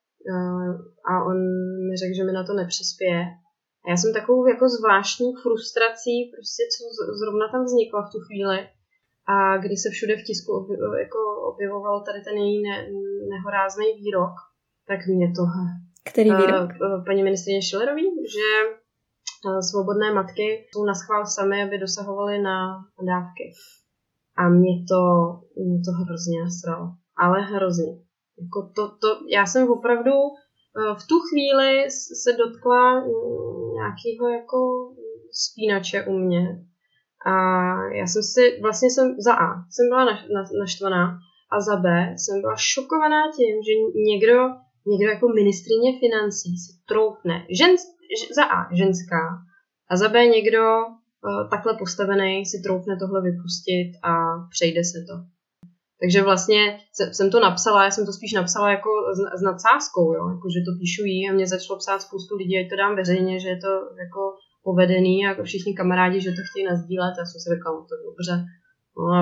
A on mi řekl, že mi na to nepřispěje. A já jsem takovou jako zvláštní frustrací, prostě co zrovna tam vznikla v tu chvíli. A kdy se všude v tisku objevoval tady ten její nehorázný výrok, tak mě to... Který výrok? Paní ministryně Schillerový, že svobodné matky jsou naschvál sami, aby dosahovaly na dávky. A mě to hrozně nasralo. Ale hrozně. Jako já jsem opravdu v tu chvíli se dotkla nějakého jako spínače u mě. A já jsem za A jsem byla naštvaná a za B jsem byla šokovaná tím, že někdo jako ministryně financí si troufne, za A ženská a za B někdo takhle postavený si troufne tohle vypustit a přejde se to. Takže vlastně jsem to napsala, já jsem to spíš napsala jako s nadsázkou, jo? Jako, že to píšu jí a mě začalo psát spoustu lidí, ať to dám veřejně, že je to jako povedený a jako všichni kamarádi, že to chtějí nasdílet. Já jsem si říkala, no to je dobře. No a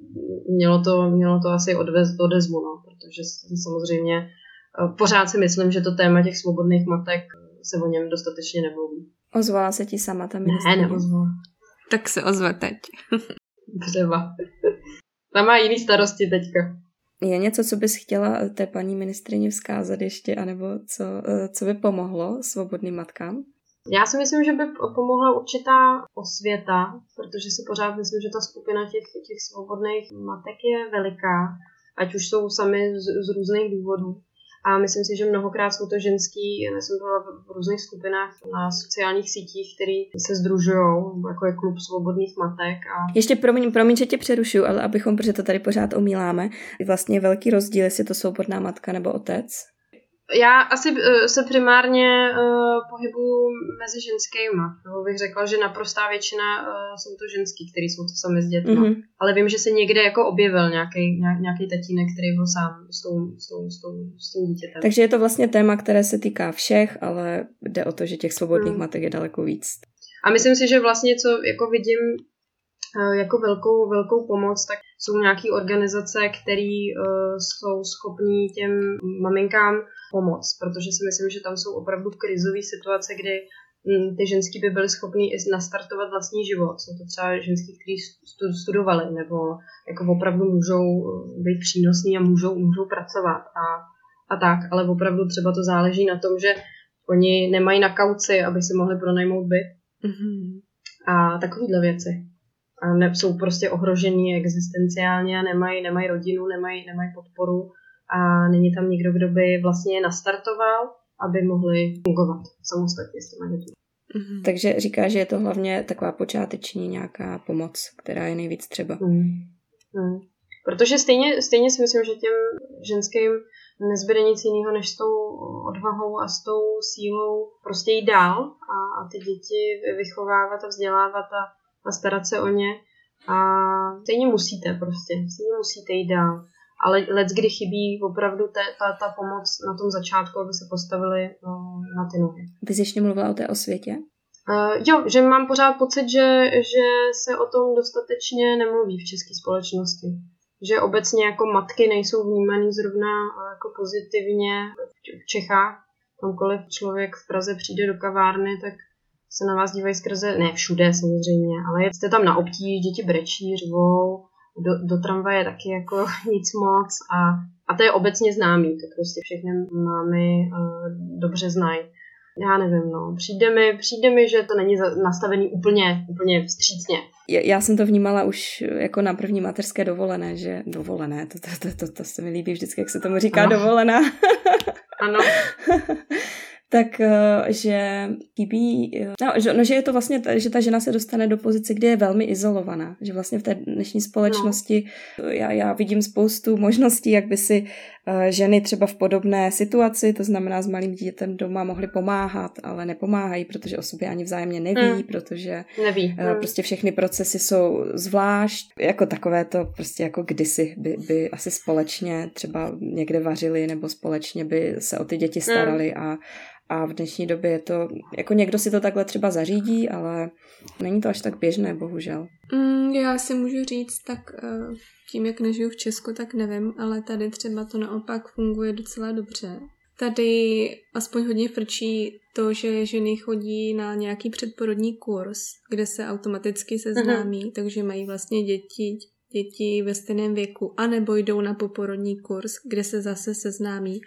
mělo to asi odvést do odezvu, no, protože samozřejmě pořád si myslím, že to téma těch svobodných matek se o něm dostatečně nemluví. Ozvala se ti sama ta ministryně? Ne, neozvala. Tak se ozve teď. Třeba. Ta má jiný starosti teďka. Je něco, co bys chtěla té paní ministryni vzkázat ještě, anebo co by pomohlo svobodným matkám? Já si myslím, že by pomohla určitá osvěta, protože si pořád myslím, že ta skupina těch svobodných matek je veliká, ať už jsou sami z různých důvodů. A myslím si, že mnohokrát jsou to ženský, já jsem byla v různých skupinách na sociálních sítích, které se sdružujou, jako je klub svobodných matek. Ještě promiň, že tě přerušuju, ale protože to tady pořád omíláme, vlastně velký rozdíl, jestli to svobodná matka nebo otec. Já asi se primárně pohybuju mezi ženskýma. Bych řekla, že naprostá většina jsou to ženský, který jsou to sami s dětmi. Mm-hmm. Ale vím, že se někde jako objevil nějaký tatínek, který byl sám s tím dítětem. Takže je to vlastně téma, které se týká všech, ale jde o to, že těch svobodných matek je daleko víc. A myslím si, že vlastně, co jako vidím jako velkou pomoc, tak jsou nějaké organizace, které jsou schopní těm maminkám pomoct, protože si myslím, že tam jsou opravdu krizové situace, kdy ty ženský by byly schopný i nastartovat vlastní život. Jsou to třeba ženský, kteří studovali nebo jako opravdu můžou být přínosní a můžou pracovat a tak, ale opravdu třeba to záleží na tom, že oni nemají na kauci, aby si mohli pronajmout byt. Mm-hmm. A takovýhle věci. A jsou prostě ohrožený existenciálně a nemají rodinu, nemají podporu a není tam nikdo, kdo by vlastně je nastartoval, aby mohli fungovat samostatně s těma dětmi. Mm-hmm. Takže říká, že je to hlavně taková počáteční nějaká pomoc, která je nejvíc třeba. Protože stejně si myslím, že těm ženským nezbyde nic jiného, než s tou odvahou a s tou sílou prostě jít dál a ty děti vychovávat a vzdělávat a starat se o ně. A stejně musíte jít dál. Ale leckdy chybí opravdu ta pomoc na tom začátku, aby se postavili na ty nohy. Ty jsi ještě mluvila o té osvětě? Jo, že mám pořád pocit, že se o tom dostatečně nemluví v české společnosti. Že obecně jako matky nejsou vnímaný zrovna jako pozitivně v Čechách. Kamkoliv člověk v Praze přijde do kavárny, tak se na vás dívají skrze, ne všude samozřejmě, ale jste tam na obtíž, děti brečí, řvou, do tramvaje taky jako nic moc a to je obecně známý, to prostě všechny mámy dobře znají. Já nevím, přijde mi, že to není nastavený úplně vstřícně. Já jsem to vnímala už jako na první mateřské dovolené, že dovolené, to se mi líbí vždycky, jak se tomu říká, ano. Dovolená. Ano. Tak, že chybí, že je to vlastně, že ta žena se dostane do pozice, kde je velmi izolovaná, že vlastně v té dnešní společnosti já vidím spoustu možností, jak by si ženy třeba v podobné situaci, to znamená s malým dítětem doma, mohly pomáhat, ale nepomáhají, protože o sobě ani vzájemně neví, protože prostě všechny procesy jsou zvlášť, jako takové to prostě jako kdysi by asi společně třeba někde vařili nebo společně by se o ty děti starali a v dnešní době je to, jako někdo si to takhle třeba zařídí, ale není to až tak běžné, bohužel. Já si můžu říct, tak tím, jak nežiju v Česku, tak nevím, ale tady třeba to naopak funguje docela dobře. Tady aspoň hodně frčí to, že ženy chodí na nějaký předporodní kurz, kde se automaticky seznámí, takže mají vlastně děti ve stejném věku, anebo jdou na poporodní kurz, kde se zase seznámí.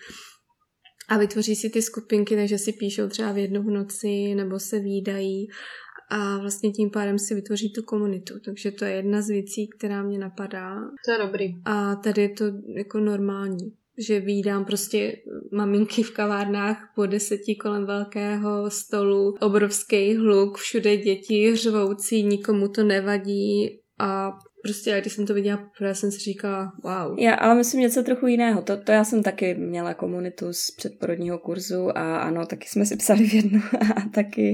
A vytvoří si ty skupinky, takže si píšou třeba v jednu v noci nebo se vídají a vlastně tím pádem si vytvoří tu komunitu. Takže to je jedna z věcí, která mě napadá. To je dobrý. A tady je to jako normální, že vídám prostě maminky v kavárnách po 10 kolem velkého stolu, obrovský hluk, všude děti řvoucí, nikomu to nevadí a prostě, když jsem to viděla poprvé, jsem si říkala, wow. Já ale myslím něco trochu jiného. To já jsem taky měla komunitu z předporodního kurzu a ano, taky jsme si psali v jednu a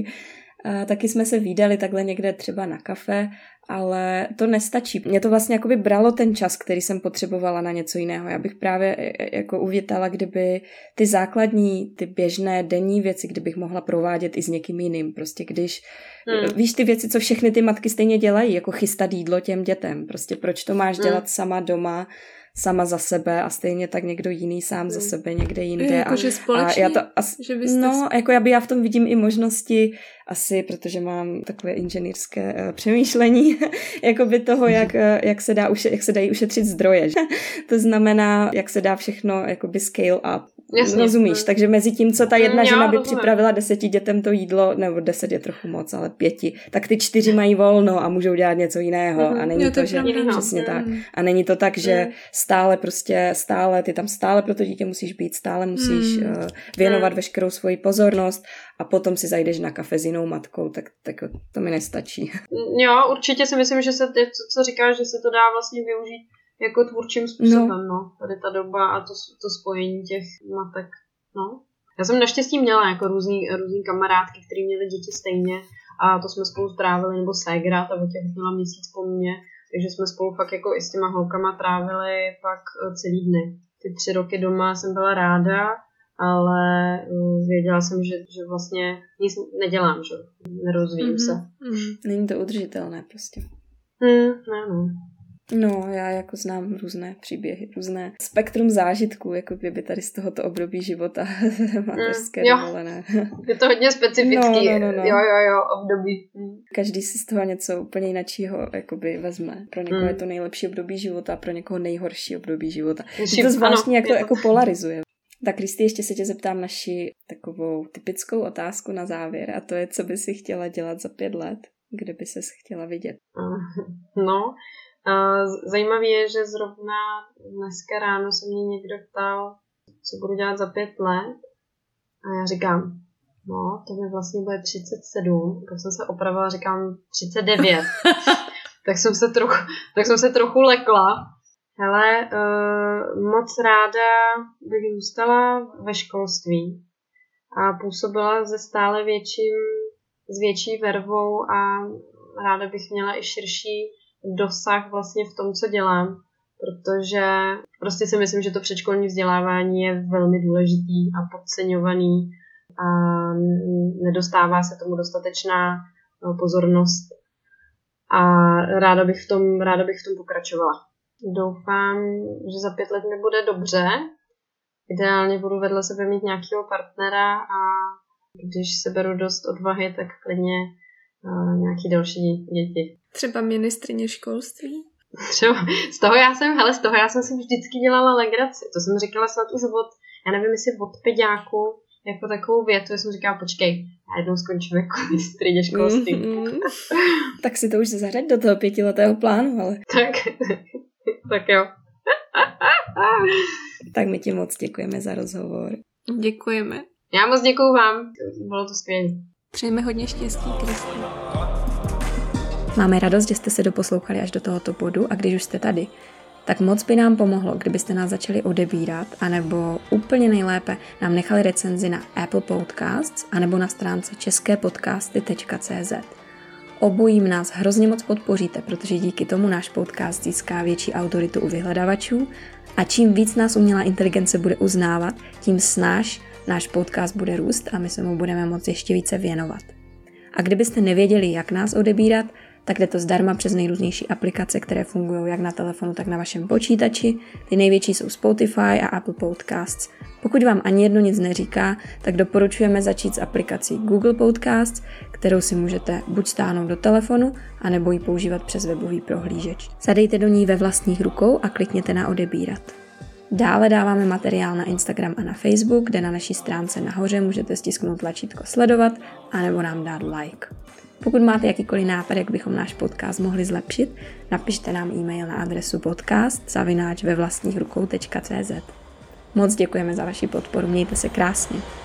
taky jsme se vídali takhle někde třeba na kafe, ale to nestačí. Mě to vlastně jakoby bralo ten čas, který jsem potřebovala na něco jiného. Já bych právě jako uvítala, kdyby ty základní, ty běžné denní věci, kdybych mohla provádět i s někým jiným. Prostě když víš ty věci, co všechny ty matky stejně dělají, jako chystat jídlo těm dětem. Prostě proč to máš dělat sama doma, sama za sebe a stejně tak někdo jiný sám za sebe někde jinde. Jakože společně? Jako já v tom vidím i možnosti asi, protože mám takové inženýrské přemýšlení, jakoby toho, jak se dají ušetřit zdroje. To znamená, jak se dá všechno jakoby scale up. Jasně. Rozumíš? Takže mezi tím, co ta jedna žena by připravila 10 dětem to jídlo, nebo 10 je trochu moc, ale 5, tak ty 4 mají volno a můžou dělat něco jiného. A není to, že přesně tak. A není to tak, že ty tam stále pro to dítě musíš být, stále musíš věnovat veškerou svoji pozornost a potom si zajdeš na kafe s jinou matkou, tak to mi nestačí. Jo, určitě si myslím, že se co říkáš, že se to dá vlastně využít jako tvůrčím způsobem, tady ta doba a to spojení těch matek, Já jsem naštěstí měla jako různý kamarádky, které měly děti stejně a to jsme spolu strávili, nebo ségra, ta otěhotněla měsíc po mně, takže jsme spolu fakt jako i s těma holkama trávili pak celý dny. Ty 3 roky doma jsem byla ráda, ale věděla jsem, že vlastně nic nedělám, že nerozvíjím se. Není to udržitelné prostě. Ne. No, já jako znám různé příběhy, různé spektrum zážitků, jako kdyby tady z tohoto období života mateřské dovolené. Je to hodně specifický. No. Jo, období. Každý si z toho něco úplně jiného jakoby vezme. Pro někoho je to nejlepší období života, pro někoho nejhorší období života. Je to zvláštní, jak to jako polarizuje. Tak Kristý, ještě se tě zeptám naši takovou typickou otázku na závěr, a to je, co by si chtěla dělat za 5 let, kde by ses chtěla vidět? No, zajímavé je, že zrovna dneska ráno se mě někdo ptal, co budu dělat za 5 let, a já říkám, no, to mi vlastně bude 37, tak jsem se opravila, říkám 39, tak jsem se trochu lekla. Hele, moc ráda bych zůstala ve školství a působila s větší vervou a ráda bych měla i širší dosah vlastně v tom, co dělám, protože prostě si myslím, že to předškolní vzdělávání je velmi důležitý a podceňovaný a nedostává se tomu dostatečná pozornost a ráda bych v tom pokračovala. Doufám, že za 5 let mi bude dobře. Ideálně budu vedle sebe mít nějakého partnera a když se beru dost odvahy, tak klidně nějaký další děti. Třeba ministryně školství? Třeba. Z toho já jsem si vždycky dělala legraci. To jsem říkala snad už já nevím, jestli od peďáku, jako takovou větu, já jsem říkala, počkej, já jednou skončím jako ministryně školství. Tak si to už zařaď do toho 5letého plánu, ale... Tak jo. Tak my ti moc děkujeme za rozhovor. Děkujeme. Já moc děkuju vám. Bylo to skvělé. Přejeme hodně štěstí, Kristý. Máme radost, že jste se doposlouchali až do tohoto bodu, a když už jste tady, tak moc by nám pomohlo, kdybyste nás začali odebírat, anebo úplně nejlépe nám nechali recenzi na Apple Podcasts, anebo na stránce česképodcasty.cz. Obojím nás hrozně moc podpoříte, protože díky tomu náš podcast získá větší autoritu u vyhledavačů a čím víc nás umělá inteligence bude uznávat, tím snáš náš podcast bude růst a my se mu budeme moct ještě více věnovat. A kdybyste nevěděli, jak nás odebírat, tak jde to zdarma přes nejrůznější aplikace, které fungují jak na telefonu, tak na vašem počítači. Ty největší jsou Spotify a Apple Podcasts. Pokud vám ani jedno nic neříká, tak doporučujeme začít s aplikací Google Podcasts, kterou si můžete buď stáhnout do telefonu, anebo ji používat přes webový prohlížeč. Zadejte do ní Ve vlastních rukou a klikněte na odebírat. Dále dáváme materiál na Instagram a na Facebook, kde na naší stránce nahoře můžete stisknout tlačítko sledovat, anebo nám dát like. Pokud máte jakýkoliv nápad, jak bychom náš podcast mohli zlepšit, napište nám e-mail na adresu podcast@vevlastnichrukou.cz. Moc děkujeme za vaši podporu, mějte se krásně.